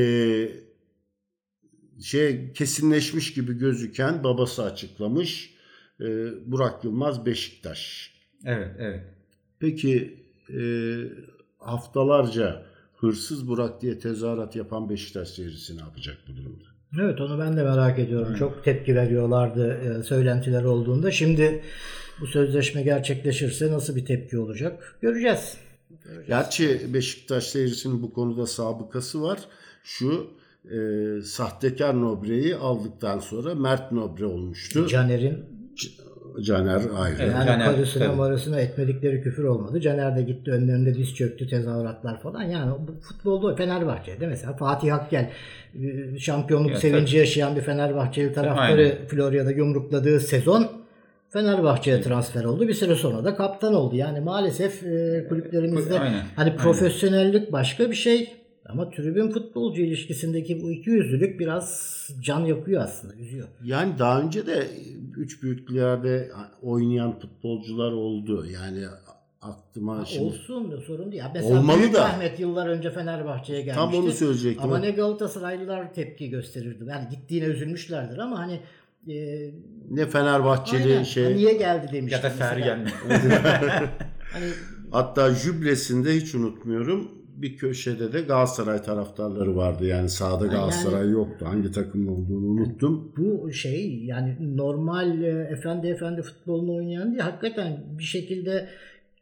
şey kesinleşmiş gibi gözüken babası açıklamış. E, Burak Yılmaz Beşiktaş. Evet, evet. Peki e, haftalarca hırsız Burak diye tezahürat yapan Beşiktaş seyircisi ne yapacak bu durumda? Evet, onu ben de merak ediyorum. Evet. Çok tepki veriyorlardı e, söylentiler olduğunda. Şimdi bu sözleşme gerçekleşirse nasıl bir tepki olacak? Göreceğiz. Göreceğiz. Gerçi Beşiktaş seyircisinin bu konuda sabıkası var. Şu e, sahtekar Nobre'yi aldıktan sonra Mert Nobre olmuştu. Caner'in Caner ayrı. Yani Caner, karısına tabii. marısına etmedikleri küfür olmadı. Caner de gitti önlerinde diz çöktü, tezahüratlar falan. Yani bu futbolda Fenerbahçe'de mesela Fatih Akgel şampiyonluk ya, sevinci tabii. yaşayan bir Fenerbahçeli taraftarı Aynen. Florya'da yumrukladığı sezon Fenerbahçe'ye transfer oldu. Bir süre sonra da kaptan oldu. Yani maalesef kulüplerimizde Aynen. hani profesyonellik başka bir şey. Ama tribün futbolcu ilişkisindeki bu ikiyüzlülük biraz can yakıyor aslında, üzüyor. Yani daha önce de üç büyüklerde oynayan futbolcular oldu. Yani aklıma ha, şimdi... Olsun da sorun değil. Mesela Olmalı Büyük da. Ahmet yıllar önce Fenerbahçe'ye gelmişti. Tam onu söyleyecektim. Ama ne Galatasaraylılar tepki gösterirdi. Yani gittiğine üzülmüşlerdir ama hani e, ne Fenerbahçeli aynen, şey... Ha, niye geldi demişler. Ya da Sergen. hani... Hatta jüblesinde hiç unutmuyorum. Bir köşede de Galatasaray taraftarları vardı. Yani sahada Galatasaray yani, yoktu. Hangi takımın olduğunu unuttum. Bu şey yani normal e, efendi efendi futbolunu oynayan değil. Hakikaten bir şekilde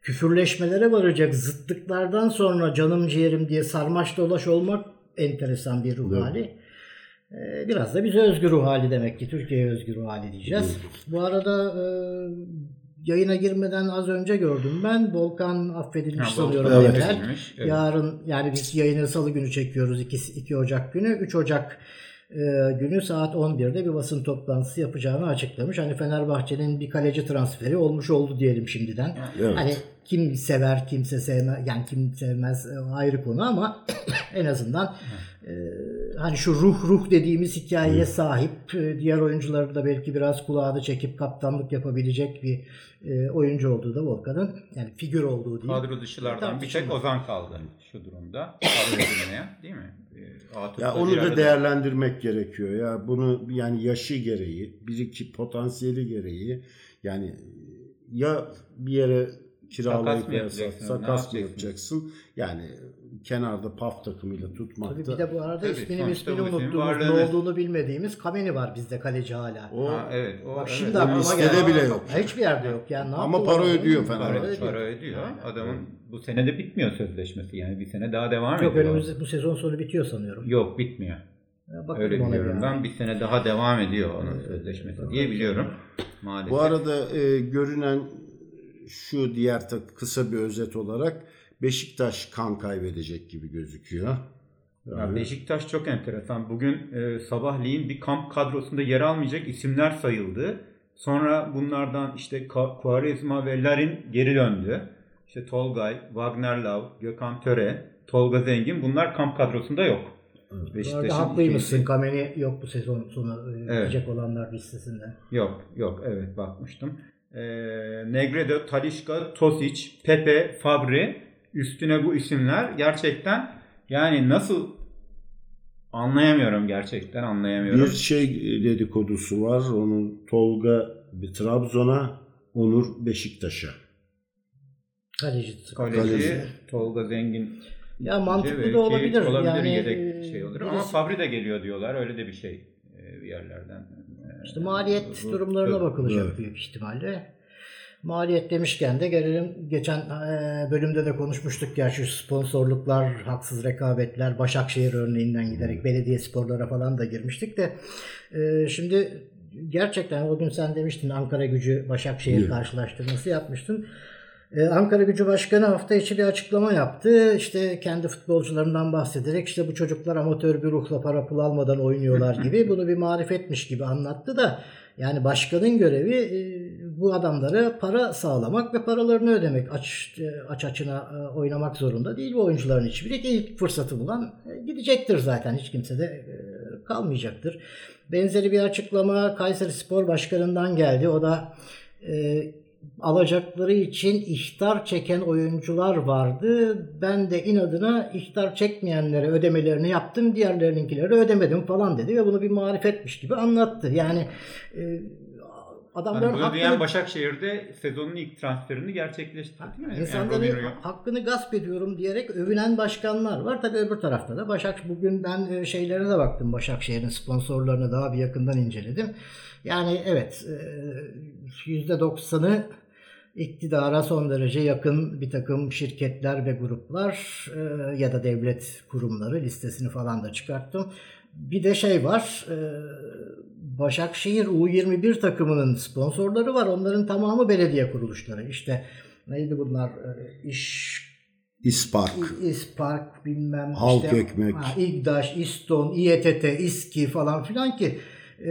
küfürleşmelere varacak zıtlıklardan sonra canım ciğerim diye sarmaş dolaş olmak enteresan bir ruh Evet. hali. Ee, Biraz da bize özgür ruh hali demek ki. Türkiye'ye özgür ruh hali diyeceğiz. Bu arada e, yayına girmeden az önce gördüm ben. Volkan affedilmiş Ha, sanıyorum. Volkan evvel. affedilmiş, evet. Yarın, yani biz yayını salı günü çekiyoruz, iki Ocak günü. üç Ocak e, günü saat on birde bir basın toplantısı yapacağını açıklamış. Hani Fenerbahçe'nin bir kaleci transferi olmuş oldu diyelim şimdiden. Evet. Hani kim sever kimse sevmez, yani kim sevmez e, ayrı konu ama en azından e, hani şu ruh ruh dediğimiz hikayeye sahip, e, diğer oyuncuları da belki biraz kulağını çekip kaptanlık yapabilecek bir e, oyuncu olduğu da Volkan'ın, yani figür olduğu değil. Kadro dışılardan bir tek Tartışılmaz. Ozan kaldı şu durumda. Kadro edilmeye, değil mi? Ee, Atıf'la Ya onu bir da arada- değerlendirmek gerekiyor. Ya bunu yani yaşı gereği, bir iki potansiyeli gereği, yani ya bir yere kiralayıp Takas mı yapacaksın, ne sakas mı yapacaksın? yapacaksın? Yani kenarda paf takımıyla Tabii tutmakta. bir de bu arada Tabii, ismini sonuçta ismini bu ismin unuttuğumuz, ne varlığını- olduğunu bilmediğimiz Kameni var bizde kaleci hala. O Ha, evet. O, Bak evet. şimdi o aklıma listede geldi. bile yok. Hiçbir yerde yok yani. Ne Ama yaptılar para onu? ödüyor Para, Fenerbahçe. para ödüyor. Adamın bu sene de bitmiyor sözleşmesi. Yani bir sene daha devam Yok, ediyor. önümüzde bu sezon sonu bitiyor sanıyorum. Yok, bitmiyor. Ya bakalım Öyle ona biliyorum bir ben. Bir sene daha devam ediyor onun sözleşmesi diye biliyorum. Maalesef. Bu arada e, görünen şu, diğer tak kısa bir özet olarak Beşiktaş kan kaybedecek gibi gözüküyor. Ya Beşiktaş çok enteresan. Bugün e, sabahleyin bir kamp kadrosunda yer almayacak isimler sayıldı. Sonra bunlardan işte Ka- Quaresma ve Larin geri döndü. İşte Tolgay, Wagner Love, Gökhan Töre, Tolga Zengin, bunlar kamp kadrosunda yok. Bu arada haklıymışsın. Kameni yok bu sezon sonu e, Evet. gidecek olanlar listesinde. Yok, yok. Evet, bakmıştım. Ee, Negredo, Talisca, Tosic, Pepe, Fabri, üstüne bu isimler gerçekten, yani nasıl, anlayamıyorum, gerçekten anlayamıyorum. Bir şey dedikodusu var. Onun Tolga bir Trabzon'a, Onur Beşiktaş'a. Kaleci. Kaleci, Kaleci. Tolga Zengin. Ya mantıklı belki da olabilir. olabilir, Yani, yedek e, şey olur. birisi- Ama Fabri de geliyor diyorlar. Öyle de bir şey e, bir yerlerden. E, İşte maliyet bu- durumlarına bu- bakılacak Evet. büyük ihtimalle. Maliyet demişken de gelelim. Geçen e, bölümde de konuşmuştuk ya, şu sponsorluklar, haksız rekabetler, Başakşehir örneğinden giderek belediye sporlara falan da girmiştik de e, şimdi gerçekten o gün sen demiştin Ankara Gücü Başakşehir Evet. karşılaştırması yapmıştın. Ee, Ankara Gücü Başkanı hafta içi bir açıklama yaptı. İşte kendi futbolcularından bahsederek işte bu çocuklar amatör bir ruhla para pul almadan oynuyorlar gibi, bunu bir marifetmiş gibi anlattı da, yani başkanın görevi e, bu adamlara para sağlamak ve paralarını ödemek. Aç e, aç açına e, oynamak zorunda değil bu oyuncuların hiçbiri. İlk fırsatı bulan e, gidecektir zaten. Hiç kimse de e, kalmayacaktır. Benzeri bir açıklama Kayserispor Başkanı'ndan geldi. O da e, alacakları için ihtar çeken oyuncular vardı. Ben de inadına ihtar çekmeyenlere ödemelerini yaptım, diğerlerininkileri ödemedim falan dedi ve bunu bir marifetmiş gibi anlattı. Yani e, adamların Yani bunu diyen hakkını, Başakşehir'de sezonun ilk transferini gerçekleştirdi değil mi? insanların Yani Robinho- hakkını gasp ediyorum diyerek övünen başkanlar var. Tabii öbür tarafta da Başak, bugün ben e, şeylerine de baktım, Başakşehir'in sponsorlarını daha bir yakından inceledim. Yani evet, e, yüzde doksanı iktidara son derece yakın bir takım şirketler ve gruplar e, ya da devlet kurumları, listesini falan da çıkarttım. Bir de şey var, e, Başakşehir U yirmi bir takımının sponsorları var. Onların tamamı belediye kuruluşları. İşte neydi bunlar? E, İş İspark. İspark bilmem Halk işte, Ekmek. ha, İGDAŞ, İSTON, İETT, İSKİ falan filan ki e,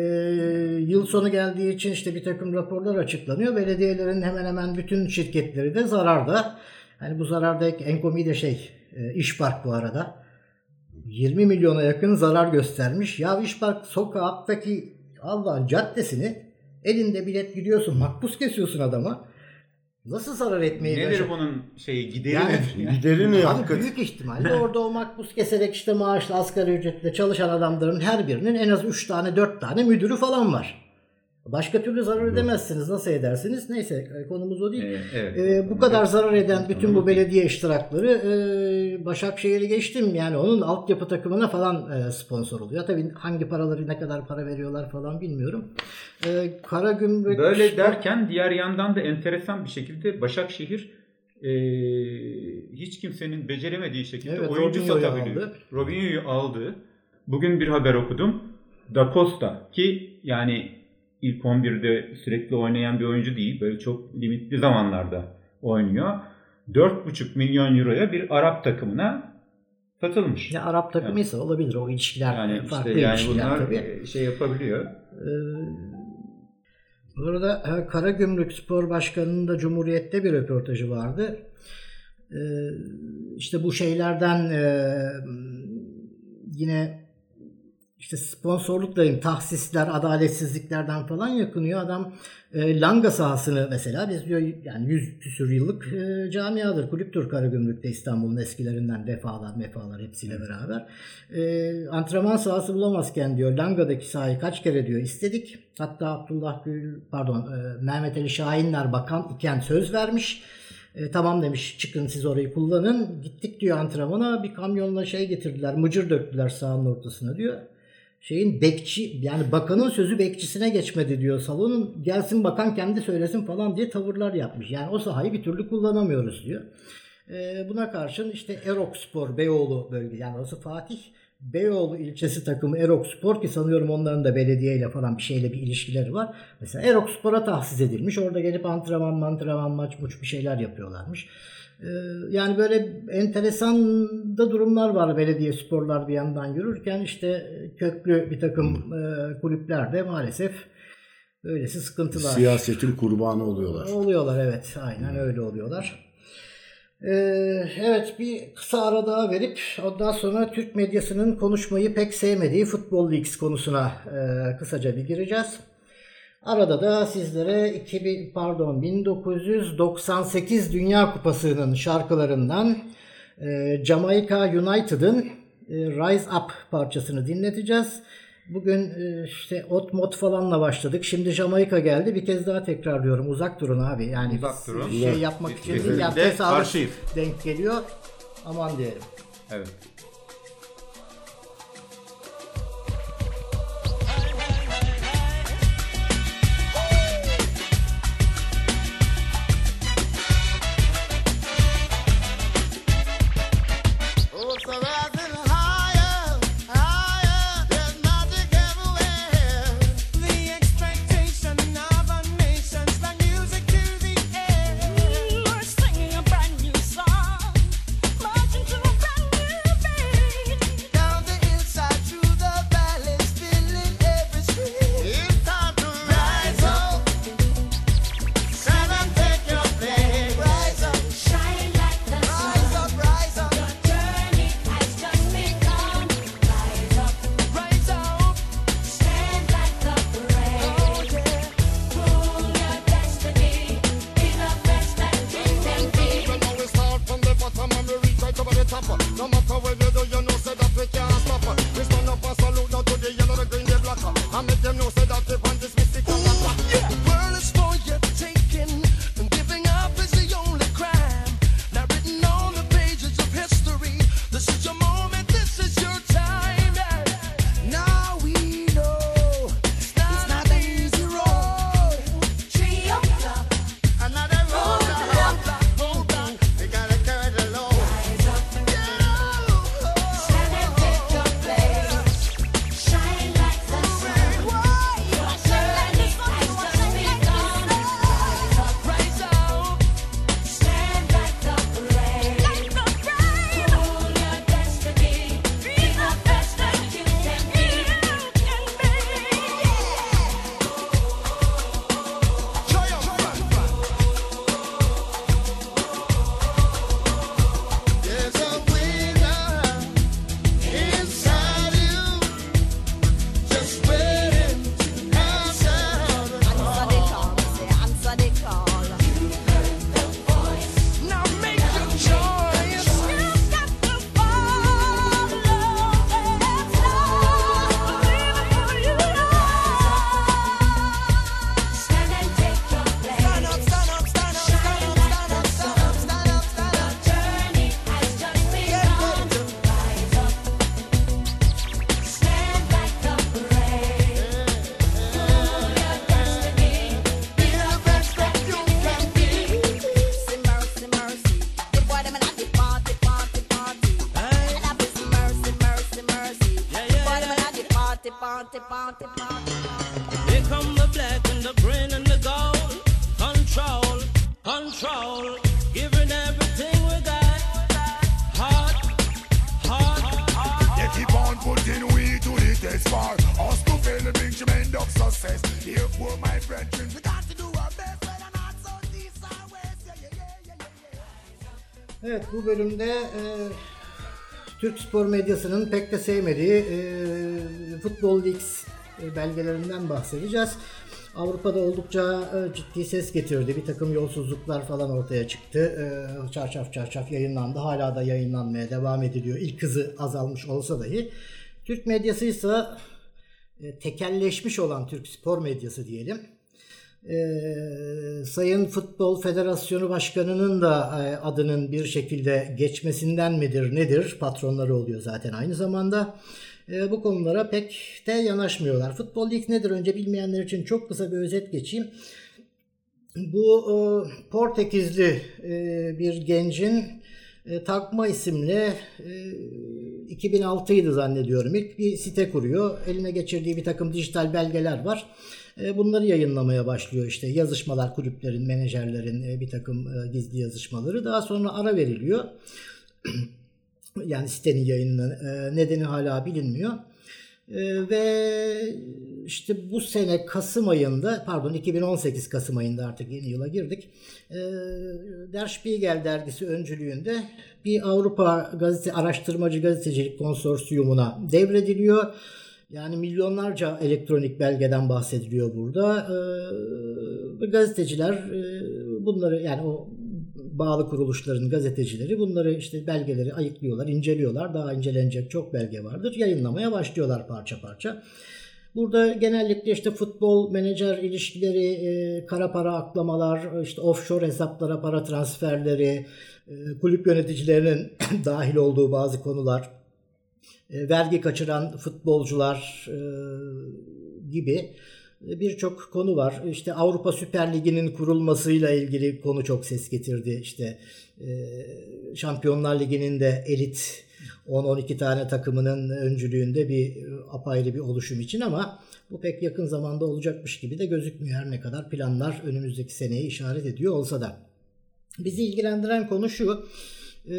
yıl sonu geldiği için işte bir takım raporlar açıklanıyor. Belediyelerin hemen hemen bütün şirketleri de zararda. Yani bu zararda en komiği de şey e, İşpark bu arada. yirmi milyona yakın zarar göstermiş. Ya İşpark sokaktaki Allah'ın caddesini elinde bilet gidiyorsun, makbuz kesiyorsun adama. Nasıl zarar etmeyi Nedir başar- bunun şeyi, gideri Yani- nedir? Gideri ne Abi hakikaten? büyük ihtimalle orada o makbuz keserek işte maaşlı asgari ücretle çalışan adamların her birinin en az üç tane dört tane müdürü falan var. Başka türlü zarar edemezsiniz. Nasıl edersiniz? Neyse, konumuz o değil. Evet, evet. Ee, bu kadar zarar eden bütün bu belediye iştirakları e, Başakşehir'i geçtim. Yani onun altyapı takımına falan e, sponsor oluyor. Tabii hangi paraları, ne kadar para veriyorlar falan bilmiyorum. E, Karagümrük Böyle Spor- derken diğer yandan da enteresan bir şekilde Başakşehir e, hiç kimsenin beceremediği şekilde Evet, oyuncu Robinho'yu satabiliyor. aldı. Robinho'yu aldı. Bugün bir haber okudum. Da Costa ki yani ilk on birde sürekli oynayan bir oyuncu değil. Böyle çok limitli zamanlarda oynuyor. dört buçuk milyon euroya bir Arap takımına satılmış. Ya Arap takımıysa yani, olabilir. O ilişkiler yani farklı işte yani ilişkiler bunlar tabii. şey yapabiliyor. Ee, bu arada Karagümrük Spor Başkanı'nın da Cumhuriyet'te bir röportajı vardı. Ee, işte bu şeylerden e, yine işte sponsorlukların, tahsisler, adaletsizliklerden falan yakınıyor. Adam e, Langa sahasını mesela biz diyor yani yüz küsür yıllık e, camiadır, kulüptür Karagümrük'te, İstanbul'un eskilerinden defalar mefalar hepsiyle beraber. E, antrenman sahası bulamazken diyor Langa'daki sahayı kaç kere diyor istedik. Hatta Abdullah Gül, pardon e, Mehmet Ali Şahinler bakan iken söz vermiş. E, tamam demiş, çıkın siz orayı kullanın. Gittik diyor antrenmana, bir kamyonla şey getirdiler, mıcır döktüler sahanın ortasına diyor. Şeyin bekçi, yani bakanın sözü bekçisine geçmedi diyor salonun, gelsin bakan kendi söylesin falan diye tavırlar yapmış. Yani o sahayı bir türlü kullanamıyoruz diyor. E, buna karşın işte Erokspor Beyoğlu bölge, yani orası Fatih Beyoğlu ilçesi takımı Erokspor ki sanıyorum onların da belediyeyle falan bir şeyle bir ilişkileri var. Mesela Erokspor'a tahsis edilmiş. Orada gelip antrenman, antrenman, maç, muç bir şeyler yapıyorlarmış. Ee, yani böyle enteresan da durumlar var belediye sporlar bir yandan yürürken, işte köklü bir takım e, kulüpler de maalesef böylesi sıkıntılar. Siyasetin kurbanı oluyorlar. Oluyorlar, evet. Aynen öyle oluyorlar. Ee, evet, bir kısa ara daha verip ondan sonra Türk medyasının konuşmayı pek sevmediği Futbol Leaks konusuna e, kısaca bir gireceğiz. Arada da sizlere iki bin, pardon bin dokuz yüz doksan sekiz Dünya Kupası'nın şarkılarından e, Jamaica United'ın e, Rise Up parçasını dinleteceğiz. Bugün e, işte ot mod falanla başladık. Şimdi Jamaika geldi. Bir kez daha tekrarlıyorum. Uzak durun abi. Yani Uzak durun. şey yapmak için değil. Kesinlikle Yani tesadüf karşıyız. denk geliyor. Aman diyelim. Evet. party, party, party. Here come the black and the green and the gold. Control, control, giving everything we got. Hard, hard, hard. They keep on putting we to the test bar. Us to fail the big tremendous success. Therefore, my brethren, we got to do our best. Whether or not so these are ways. Yeah, yeah, yeah, yeah, yeah. Evet, bu bölümde e, Türk spor medyasının pek de sevmediği e, Football Leaks e, belgelerinden bahsedeceğiz. Avrupa'da oldukça e, ciddi ses getirdi. Bir takım yolsuzluklar falan ortaya çıktı. E, çarşaf çarşaf yayınlandı. Hala da yayınlanmaya devam ediliyor. İlk hızı azalmış olsa dahi. Türk medyası ise e, tekelleşmiş olan Türk spor medyası diyelim. Ee, Sayın Futbol Federasyonu Başkanı'nın da e, adının bir şekilde geçmesinden midir nedir? Patronları oluyor zaten aynı zamanda. E, bu konulara pek de yanaşmıyorlar. Football League nedir? Önce bilmeyenler için çok kısa bir özet geçeyim. Bu e, Portekizli e, bir gencin e, Takma isimli e, iki bin altıydı zannediyorum ilk bir site kuruyor. Eline geçirdiği bir takım dijital belgeler var. Bunları yayınlamaya başlıyor, işte yazışmalar, kulüplerin, menajerlerin bir takım gizli yazışmaları. Daha sonra ara veriliyor. Yani sitenin yayınının nedeni hala bilinmiyor. Ve işte bu sene Kasım ayında, pardon iki bin on sekiz Kasım ayında, artık yeni yıla girdik. Der Spiegel dergisi öncülüğünde bir Avrupa gazete, araştırmacı gazetecilik konsorsiyumuna devrediliyor. Yani milyonlarca elektronik belgeden bahsediliyor burada. Ee, gazeteciler e, bunları, yani o bağlı kuruluşların gazetecileri bunları, işte belgeleri ayıklıyorlar, inceliyorlar. Daha incelenecek çok belge vardır. Yayınlamaya başlıyorlar parça parça. Burada genellikle işte futbol menajer ilişkileri, e, kara para aklamalar, işte offshore hesaplara para transferleri, e, kulüp yöneticilerinin dahil olduğu bazı konular, vergi kaçıran futbolcular e, gibi birçok konu var. İşte Avrupa Süper Ligi'nin kurulmasıyla ilgili konu çok ses getirdi. İşte e, Şampiyonlar Ligi'nin de elit on on iki tane takımının öncülüğünde bir apayrı bir oluşum için, ama bu pek yakın zamanda olacakmış gibi de gözükmüyor. Her ne kadar planlar önümüzdeki seneye işaret ediyor olsa da. Bizi ilgilendiren konu şu: e,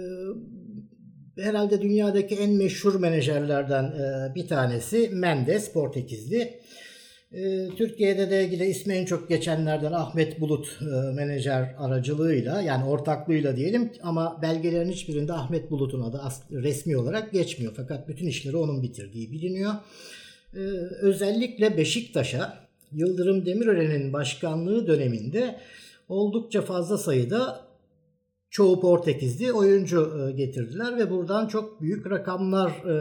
herhalde dünyadaki en meşhur menajerlerden bir tanesi Mendes, Portekizli. Türkiye'de de yine ismi en çok geçenlerden Ahmet Bulut menajer aracılığıyla, yani ortaklığıyla diyelim, ama belgelerin hiçbirinde Ahmet Bulut'un adı resmi olarak geçmiyor. Fakat bütün işleri onun bitirdiği biliniyor. Özellikle Beşiktaş'a Yıldırım Demirören'in başkanlığı döneminde oldukça fazla sayıda çoğu Portekizli oyuncu getirdiler ve buradan çok büyük rakamlar e,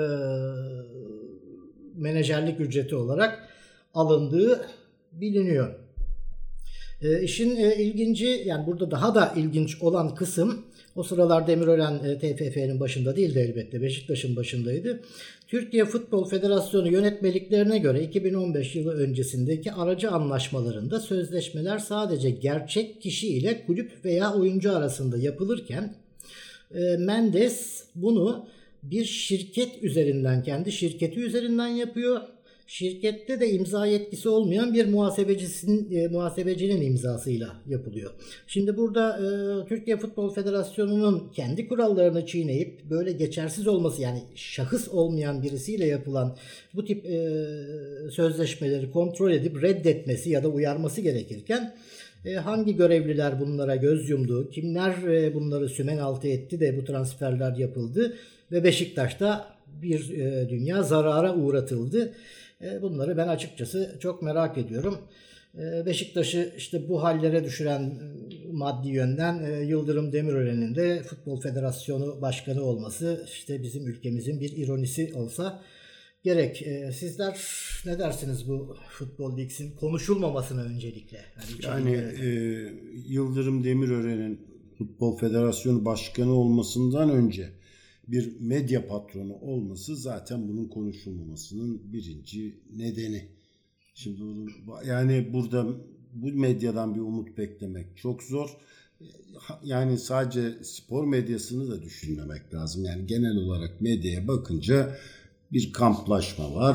menajerlik ücreti olarak alındığı biliniyor. E, işin e, ilginci, yani burada daha da ilginç olan kısım, o sıralar Demirören e, T F F'nin başında değildi elbette, Beşiktaş'ın başındaydı. Türkiye Futbol Federasyonu yönetmeliklerine göre iki bin on beş yılı öncesindeki aracı anlaşmalarında sözleşmeler sadece gerçek kişi ile kulüp veya oyuncu arasında yapılırken e, Mendes bunu bir şirket üzerinden, kendi şirketi üzerinden yapıyor. Şirkette de imza yetkisi olmayan bir muhasebecisinin, e, muhasebecinin imzasıyla yapılıyor. Şimdi burada e, Türkiye Futbol Federasyonu'nun kendi kurallarını çiğneyip böyle geçersiz olması, yani şahıs olmayan birisiyle yapılan bu tip e, sözleşmeleri kontrol edip reddetmesi ya da uyarması gerekirken e, hangi görevliler bunlara göz yumdu, kimler e, bunları sümen altı etti de bu transferler yapıldı ve Beşiktaş'ta bir e, dünya zarara uğratıldı. Bunları ben açıkçası çok merak ediyorum. Beşiktaş'ı işte bu hallere düşüren maddi yönden Yıldırım Demirören'in de Futbol Federasyonu Başkanı olması işte bizim ülkemizin bir ironisi olsa gerek. Sizler ne dersiniz bu Football Leagues'in konuşulmamasına öncelikle? Yani, yani e, Yıldırım Demirören'in Futbol Federasyonu Başkanı olmasından önce bir medya patronu olması zaten bunun konuşulmamasının birinci nedeni. Şimdi yani burada bu medyadan bir umut beklemek çok zor. Yani sadece spor medyasını da düşünmemek lazım. Yani genel olarak medyaya bakınca bir kamplaşma var.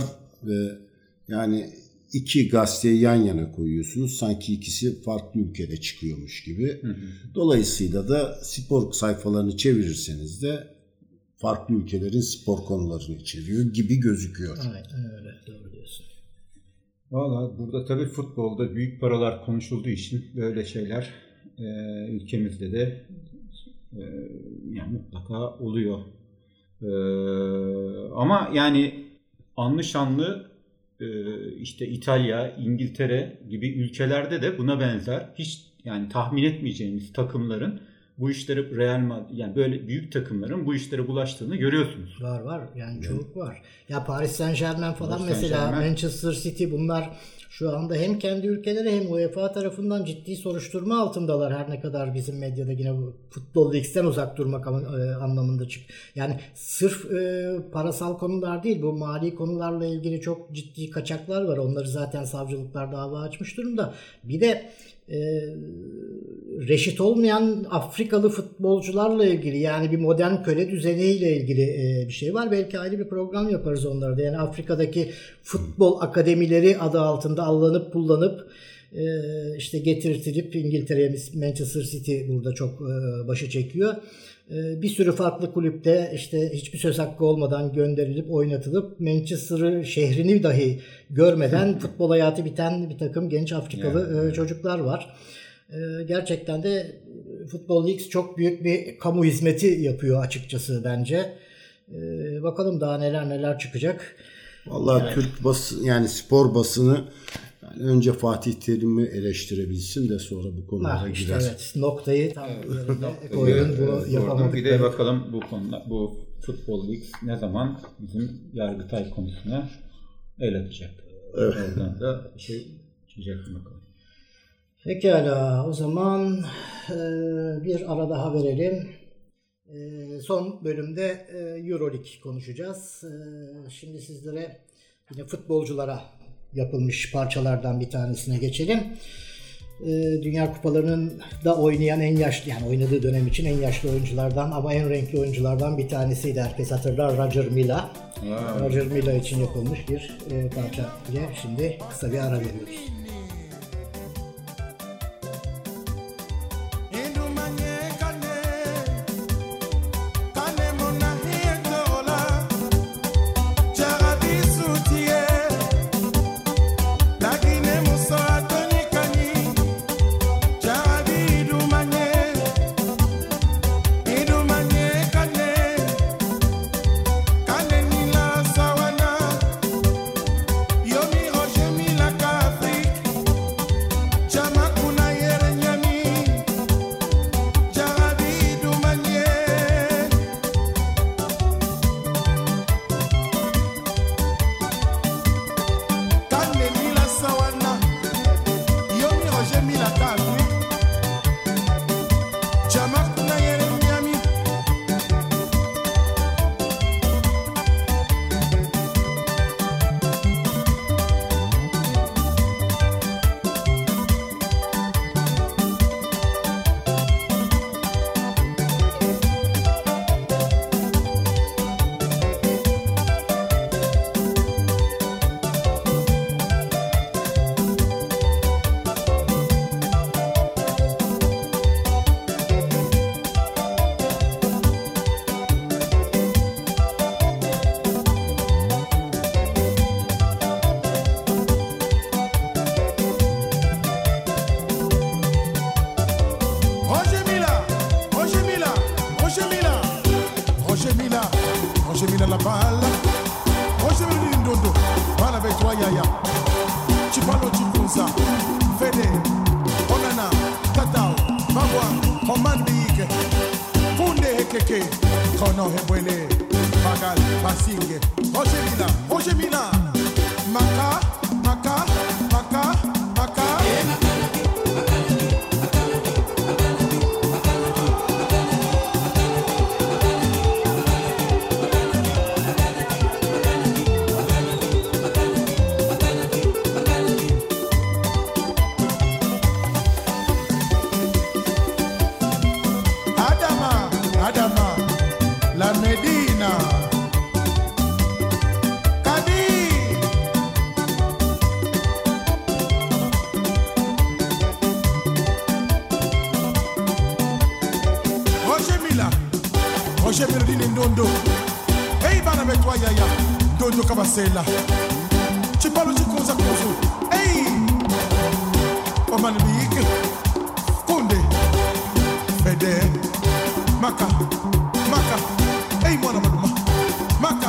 ve yani iki gazeteyi yan yana koyuyorsunuz. Sanki ikisi farklı ülkede çıkıyormuş gibi. Hı hı. Dolayısıyla da spor sayfalarını çevirirseniz de farklı ülkelerin spor konularını içeriyor gibi gözüküyor. Aynen öyle. Doğru diyorsun. Valla burada tabii futbolda büyük paralar konuşulduğu için böyle şeyler e, ülkemizde de e, yani mutlaka oluyor. E, ama yani anlı şanlı e, işte İtalya, İngiltere gibi ülkelerde de buna benzer hiç yani tahmin etmeyeceğiniz takımların bu işlere Real Madrid yani böyle büyük takımların bu işlere bulaştığını görüyorsunuz. Var var yani evet. Çok var. Ya Paris Saint-Germain falan Paris mesela Saint-Germain. Manchester City bunlar şu anda hem kendi ülkeleri hem UEFA tarafından ciddi soruşturma altındalar. Her ne kadar bizim medyada yine bu Futbol League'den uzak durmak anlamında çık. Yani sırf e, parasal konular değil, bu mali konularla ilgili çok ciddi kaçaklar var. Onları zaten savcılıklar dava açmış durumda. Bir de e, reşit olmayan Afrikalı futbolcularla ilgili yani bir modern köle düzeniyle ilgili e, bir şey var. Belki ayrı bir program yaparız onlarda. Yani Afrika'daki futbol akademileri adı altında allanıp kullanıp e, işte getirtilip İngiltere'ye Manchester City burada çok e, başı çekiyor. E, bir sürü farklı kulüpte işte hiçbir söz hakkı olmadan gönderilip oynatılıp Manchester'ı şehrini dahi görmeden futbol hayatı biten bir takım genç Afrikalı yani, e, çocuklar var. Gerçekten de Futbol League çok büyük bir kamu hizmeti yapıyor açıkçası bence. Ee, bakalım daha neler neler çıkacak. Vallahi yani, Türk basın yani spor basını yani önce Fatih Terim'i eleştirebilsin de sonra bu konulara işte girer. Evet, noktayı tam yerine koyun bu yapamadık. Bir de bakalım bu konuda bu Futbol League ne zaman bizim Yargıtay konusuna el atacak. Evet. Oradan da şey çıkacak bakalım. Pekala, o zaman e, bir ara daha verelim. E, son bölümde e, Euroleague konuşacağız. E, şimdi sizlere yine futbolculara yapılmış parçalardan bir tanesine geçelim. E, Dünya Kupalarının da oynayan en yaşlı, yani oynadığı dönem için en yaşlı oyunculardan ama en renkli oyunculardan bir tanesiydi. Herkes hatırlar, Roger Milla. Wow. Roger Milla için yapılmış bir e, parça ile şimdi kısa bir ara veriyoruz. La Medina Kadi Bouge Melody Ndondo. Hey, bana avec toi, Yaya. Dodo Kabasela. Tu parles du Koza Kozo. Hey! Oman Big. Konde. Fede. Maka. Maka. Hey, mwana maduma. Maka.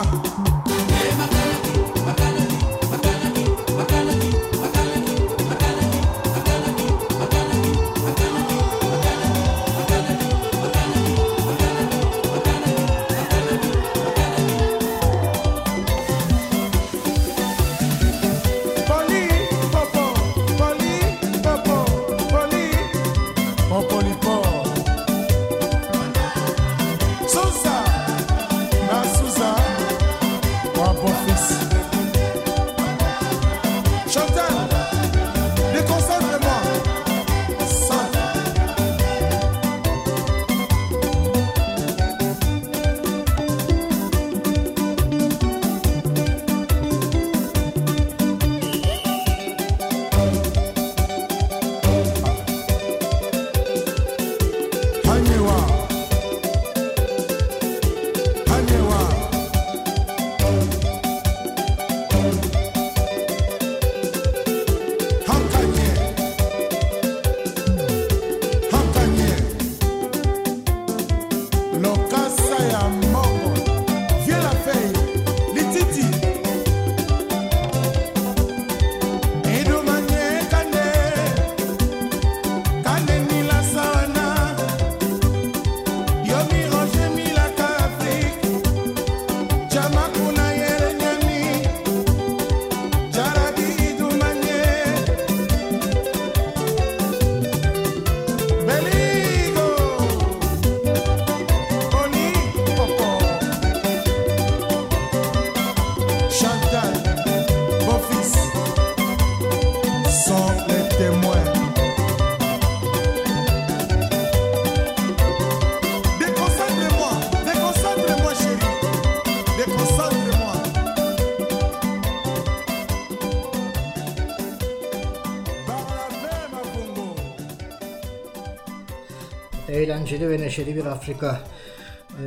Eğlenceli ve neşeli bir Afrika e,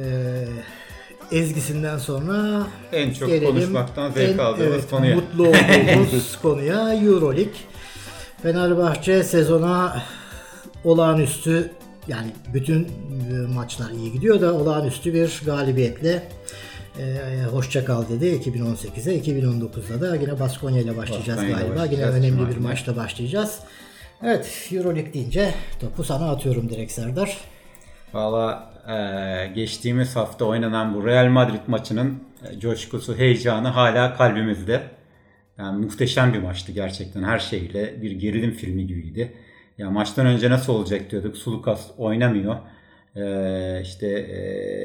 ezgisinden sonra en çok gelelim konuşmaktan zevk en, aldığımız evet, konuya. mutlu olduğumuz konuya Euroleague. Fenerbahçe sezona olağanüstü, yani bütün maçlar iyi gidiyor da olağanüstü bir galibiyetle e, hoşça kal dedi iki bin on sekize. iki bin on dokuzda da yine Baskonya ile başlayacağız Baskonya ile galiba. başlayacağız. Yine önemli bir Cumartesi. maçla başlayacağız. Evet, Euroleague deyince topu sana atıyorum direkt Serdar. Valla e, geçtiğimiz hafta oynanan bu Real Madrid maçının e, coşkusu, heyecanı hala kalbimizde. Yani muhteşem bir maçtı gerçekten, her şeyle bir gerilim filmi gibiydi. Ya maçtan önce nasıl olacak diyorduk, Sulukas oynamıyor. E, işte e,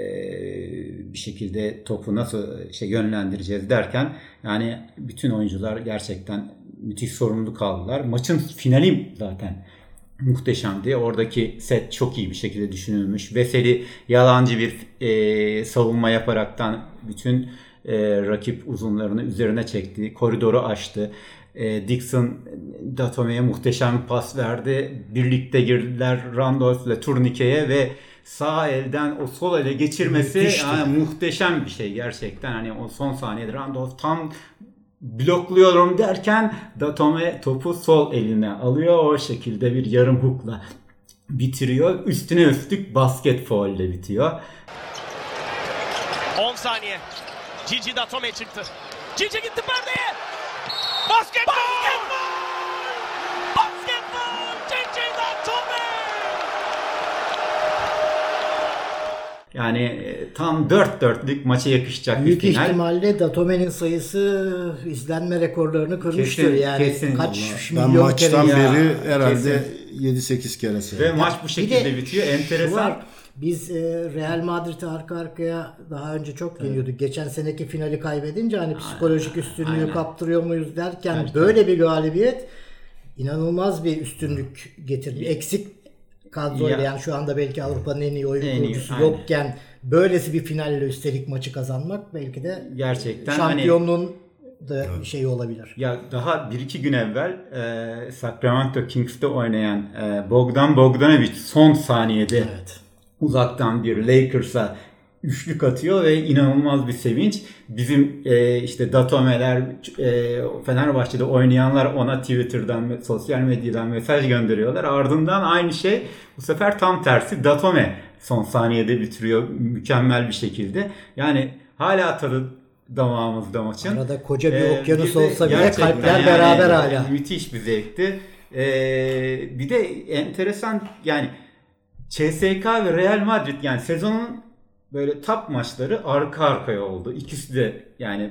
bir şekilde topu nasıl şey yönlendireceğiz derken yani bütün oyuncular gerçekten müthiş sorumluluk aldılar. Maçın finali zaten muhteşemdi. Oradaki set çok iyi bir şekilde düşünülmüş. Veseli yalancı bir e, savunma yaparaktan bütün e, rakip uzunlarını üzerine çekti. Koridoru açtı. E, Dixon Datome'ye muhteşem bir pas verdi. Birlikte girdiler Randolph ile Turnike'ye ve sağ elden o sol ele geçirmesi yani muhteşem bir şey gerçekten. Hani o son saniyede Randolph tam blokluyorum derken Datome topu sol eline alıyor. O şekilde bir yarım hukla bitiriyor. Üstüne üstlük basket faul ile bitiyor. on saniye. Gigi Datome çıktı. Gigi gitti perdeye. Basket faul! Basket faul! Gigi Datome! Yani tam dört dörtlük maça yakışacak Büyük bir final. ihtimalle Datome'nin sayısı izlenme rekorlarını kırmıştır. Kesin, yani kesin. kaç Ben milyon maçtan kere ya. beri herhalde kesin. yedi sekiz kere Ve seyrettim. maç bu Bir şekilde de bitiyor. şu Enteresan. var, biz e, Real Madrid'i arka arkaya daha önce çok yeniyorduk. Geçen seneki finali kaybedince hani psikolojik üstünlüğü aynen. kaptırıyor muyuz derken Evet, böyle bir galibiyet inanılmaz bir üstünlük getirdi. Eksik kadroyla Ya. yani şu anda belki Avrupa'nın en iyi oyun En iyi, kurucusu aynen. yokken böylesi bir finalle üstelik maçı kazanmak belki de Gerçekten şampiyonluğun da bir şey olabilir. Ya daha bir iki gün evvel e, Sacramento Kings'te oynayan e, Bogdan Bogdanovic son saniyede Evet. uzaktan bir Lakers'a üçlük atıyor ve inanılmaz bir sevinç. Bizim e, işte Datome'ler, e, Fenerbahçe'de oynayanlar ona Twitter'dan, sosyal medyadan mesaj gönderiyorlar. Ardından aynı şey bu sefer tam tersi. Datome son saniyede bitiriyor mükemmel bir şekilde. Yani hala tadı damağımızda maçın. Arada koca bir Ee, okyanus bir de olsa bile gerçekten kalpler yani beraber hala. Müthiş bir zevkti. Ee, bir de enteresan yani C S K ve Real Madrid yani sezonun böyle top maçları arka arkaya oldu. İkisi de yani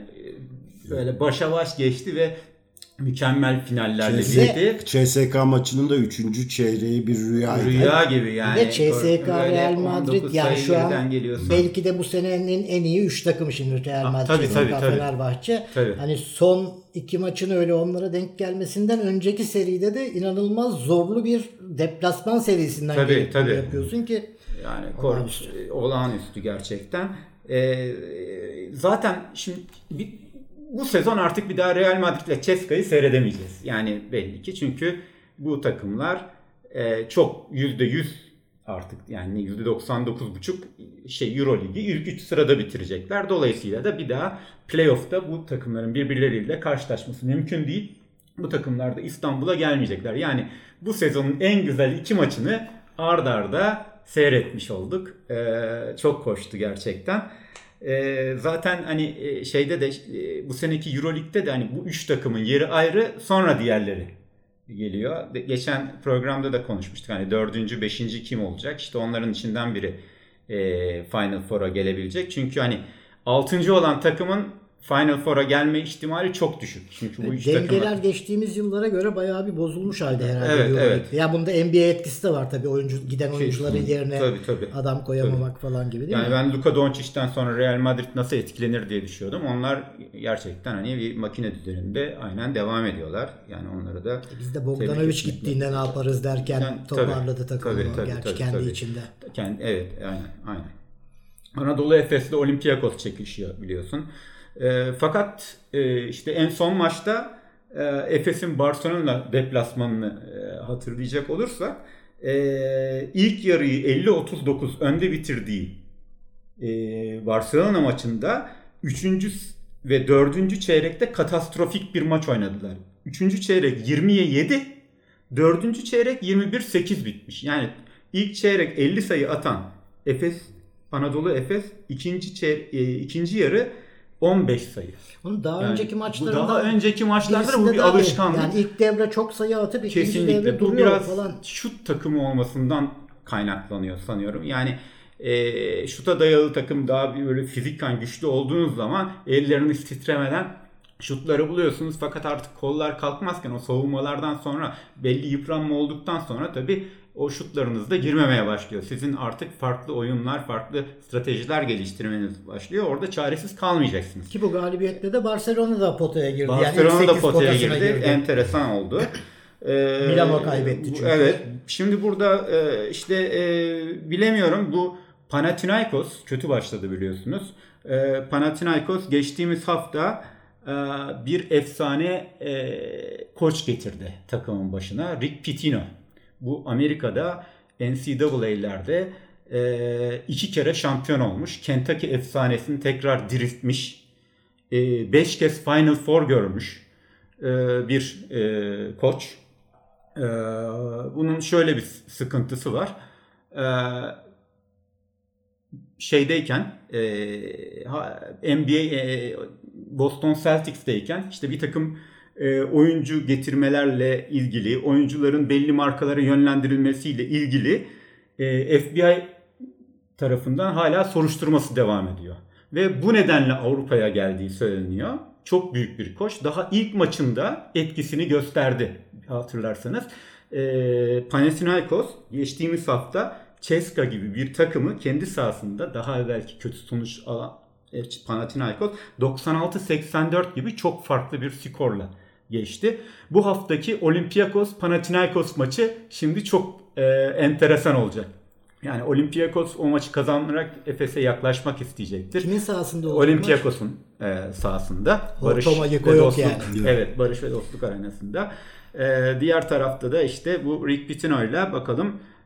böyle başa baş geçti ve mükemmel finallerle bitti. C S K maçının da üçüncü çeyreği bir rüyaydı. Rüya gibi yani. Bir de C S K Böyle Real Madrid on dokuz yani sayı şu an geriden geliyorsun. belki de bu senenin en iyi üç takımı şimdi Real Ah, Madrid, tabii, C S K, tabii, tabii. Fenerbahçe. Tabii. Hani son iki maçın öyle onlara denk gelmesinden önceki seride de inanılmaz zorlu bir deplasman serisinden Tabii, gelip tabii. yapıyorsun ki Yani olağanüstü. olağanüstü, olağanüstü gerçekten. Ee, zaten şimdi bir, bu sezon artık bir daha Real Madrid ile C S K'yı seyredemeyeceğiz. Yani belli ki çünkü bu takımlar e, çok yüzde yüz artık yani yüzde doksan dokuz buçuk şey Euroligi ilk üç sırada bitirecekler. Dolayısıyla da bir daha playoff'ta bu takımların birbirleriyle karşılaşması mümkün değil. Bu takımlar da İstanbul'a gelmeyecekler. Yani bu sezonun en güzel iki maçını ard arda seyretmiş olduk. Ee, çok hoştu gerçekten. Ee, zaten hani şeyde de e, bu seneki Euroleague'de de hani bu üç takımın yeri ayrı, sonra diğerleri geliyor. De, geçen programda da konuşmuştuk. Hani dördüncü, beşinci kim olacak? İşte onların içinden biri e, Final Four'a gelebilecek. Çünkü hani altıncı olan takımın Final Four'a gelme ihtimali çok düşük. Çünkü bu üç dengeler takımın... geçtiğimiz yıllara göre bayağı bir bozulmuş halde herhalde. Evet, Euroleague. evet. Ya bunda N B A etkisi de var tabii. Oyuncu giden oyuncuların yerine tabii, tabii. adam koyamamak Tabii. falan gibi değil yani mi? ben Luka Doncic'ten sonra Real Madrid nasıl etkilenir diye düşünüyordum. Onlar gerçekten hani bir makine düzeninde aynen devam ediyorlar. Yani onları da Biz de Bogdanovic gittiğinde ne yaparız derken yani, toparladı takımı. tabii, tabii, Gerçi tabii, kendi tabii. içinde. Kendi, evet aynen, aynen. Anadolu Efes'le Olympiakos çekişiyor biliyorsun. E, fakat e, işte en son maçta e, Efes'in Barcelona deplasmanını e, hatırlayacak olursak e, ilk yarıyı elli otuz dokuz önde bitirdiği e, Barcelona maçında üçüncü ve dördüncü çeyrekte katastrofik bir maç oynadılar. üçüncü çeyrek yirmiye yedi, dördüncü çeyrek yirmi bir sekiz bitmiş. Yani ilk çeyrek elli sayı atan Efes, Anadolu Efes ikinci çeyre- e, ikinci yarı on beş sayı. Onu daha Yani önceki bu maçlarında daha önceki maçlarda bu birisinde bir daha alışkanlık. Yani ilk devre çok sayı atıp ikinci Kesinlikle. devre Bu duruyor biraz falan. şut takımı olmasından kaynaklanıyor sanıyorum. Yani e, şuta dayalı takım daha bir böyle fiziken güçlü olduğunuz zaman elleriniz titremeden şutları buluyorsunuz. Fakat artık kollar kalkmazken o savunmalardan sonra belli yıpranma olduktan sonra tabii o şutlarınız da girmemeye başlıyor. Sizin artık farklı oyunlar, farklı stratejiler geliştirmeniz başlıyor. Orada çaresiz kalmayacaksınız. Ki bu galibiyetle de Barcelona da potaya girdi. Barcelona yani da sekiz potaya potasına girdi. Enteresan oldu. Ee, Milano kaybetti çünkü. Evet. Şimdi burada e, işte e, bilemiyorum, bu Panathinaikos kötü başladı biliyorsunuz. E, Panathinaikos geçtiğimiz hafta e, bir efsane e, koç getirdi takımın başına. Rick Pitino. Bu Amerika'da N C A A'lerde e, iki kere şampiyon olmuş. Kentucky efsanesini tekrar diriltmiş. E, beş kez Final Four görmüş e, bir e, koç. E, bunun şöyle bir sıkıntısı var. E, şeydeyken e, N B A e, Boston Celtics'teyken işte bir takım e, oyuncu getirmelerle ilgili, oyuncuların belli markalara yönlendirilmesiyle ilgili e, F B I tarafından hala soruşturması devam ediyor. Ve bu nedenle Avrupa'ya geldiği söyleniyor. Çok büyük bir koç. Daha ilk maçında etkisini gösterdi hatırlarsanız. E, Panathinaikos geçtiğimiz hafta C S K A gibi bir takımı kendi sahasında daha evvelki kötü sonuç alan Panathinaikos doksan altı seksen dört gibi çok farklı bir skorla geçti. Bu haftaki Olympiakos Panathinaikos maçı şimdi çok e, enteresan olacak. Yani Olympiakos o maçı kazanarak Efes'e yaklaşmak isteyecektir. Kimin sahasında olacak? Olympiakos'un e, sahasında. Barış Ortama ve yok Dostluk. yani. Evet, Barış ve Dostluk Arenası'nda. E, diğer tarafta da işte bu Rick Pitino'yla bakalım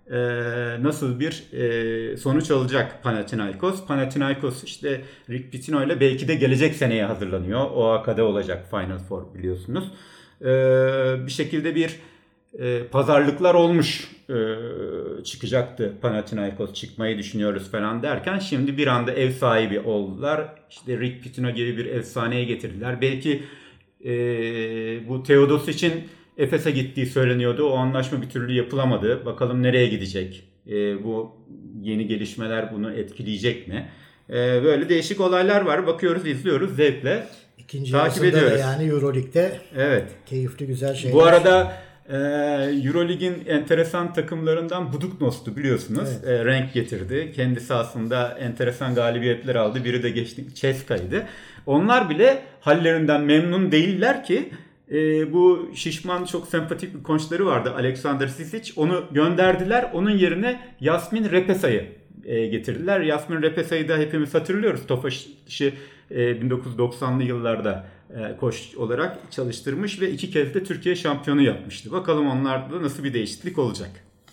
e, nasıl bir e, sonuç alacak Panathinaikos. Panathinaikos işte Rick Pitino ile belki de gelecek seneye hazırlanıyor. O A K'da olacak Final Four biliyorsunuz. E, bir şekilde bir e, pazarlıklar olmuş e, çıkacaktı. Panathinaikos çıkmayı düşünüyoruz falan derken şimdi bir anda ev sahibi oldular. İşte Rick Pitino gibi bir efsaneye getirdiler. Belki e, bu Teodos için Efes'e gittiği söyleniyordu. O anlaşma bir türlü yapılamadı. Bakalım nereye gidecek? E, bu yeni gelişmeler bunu etkileyecek mi? E, böyle değişik olaylar var. Bakıyoruz, izliyoruz zevkle. İkinci takip yarısında da ediyoruz. yani Euroleague'de Evet. keyifli güzel şeyler. Bu arada e, Euroleague'in enteresan takımlarından Buduknos'tu biliyorsunuz. Evet. E, renk getirdi. Kendisi aslında enteresan galibiyetler aldı. Biri de geçti Ceska'ydı. Onlar bile hallerinden memnun değiller ki e, bu şişman çok sempatik bir koçları vardı Alexander Sisic. Onu gönderdiler. Onun yerine Yasmin Repesa'yı e, getirdiler. Yasmin Repesa'yı da hepimiz hatırlıyoruz. Tofaş'ı e, bin dokuz yüz doksanlı yıllarda e, koç olarak çalıştırmış ve iki kez de Türkiye şampiyonu yapmıştı. Bakalım onlarda nasıl bir değişiklik olacak.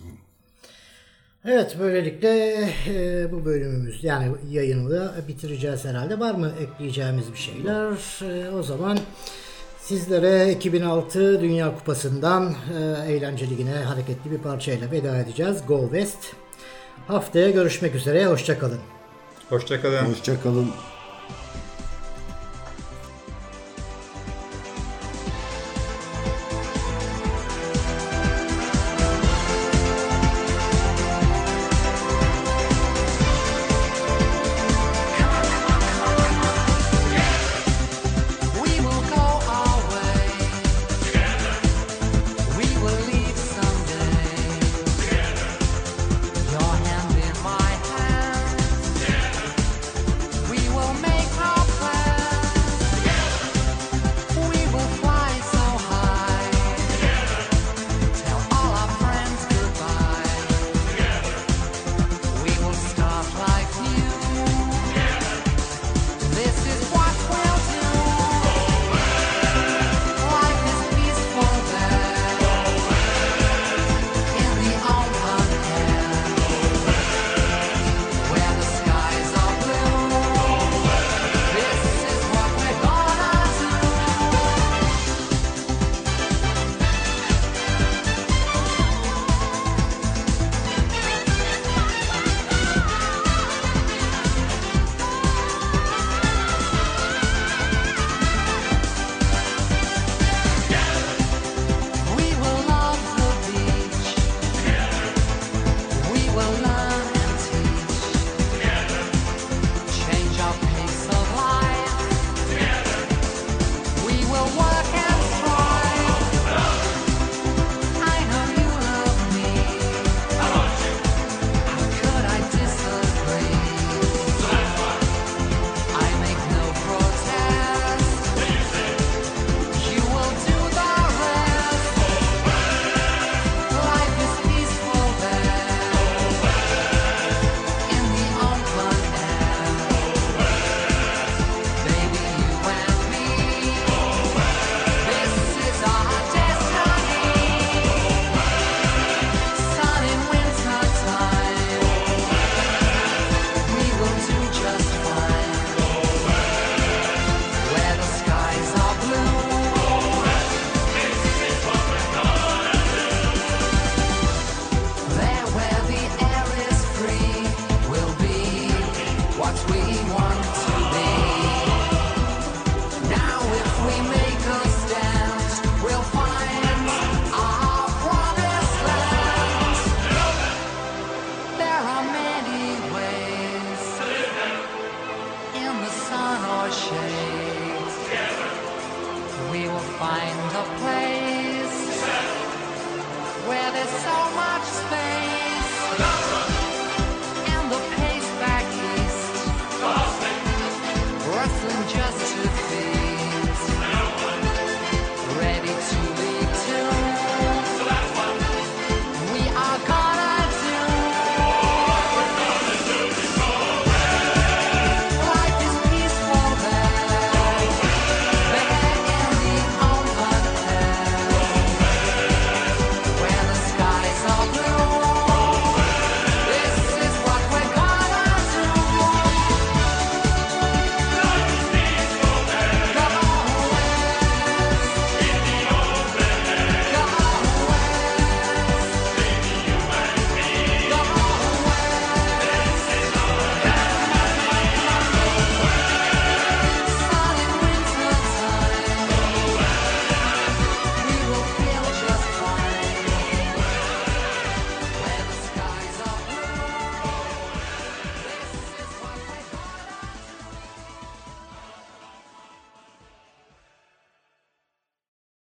Evet, böylelikle e, bu bölümümüz yani yayını da bitireceğiz herhalde. Var mı ekleyeceğimiz bir şeyler? E, o zaman sizlere iki bin altı Dünya Kupası'ndan e, Eğlence Ligi'ne hareketli bir parçayla veda edeceğiz. Go West. Haftaya görüşmek üzere. Hoşça kalın. Hoşça kalın. Hoşça kalın.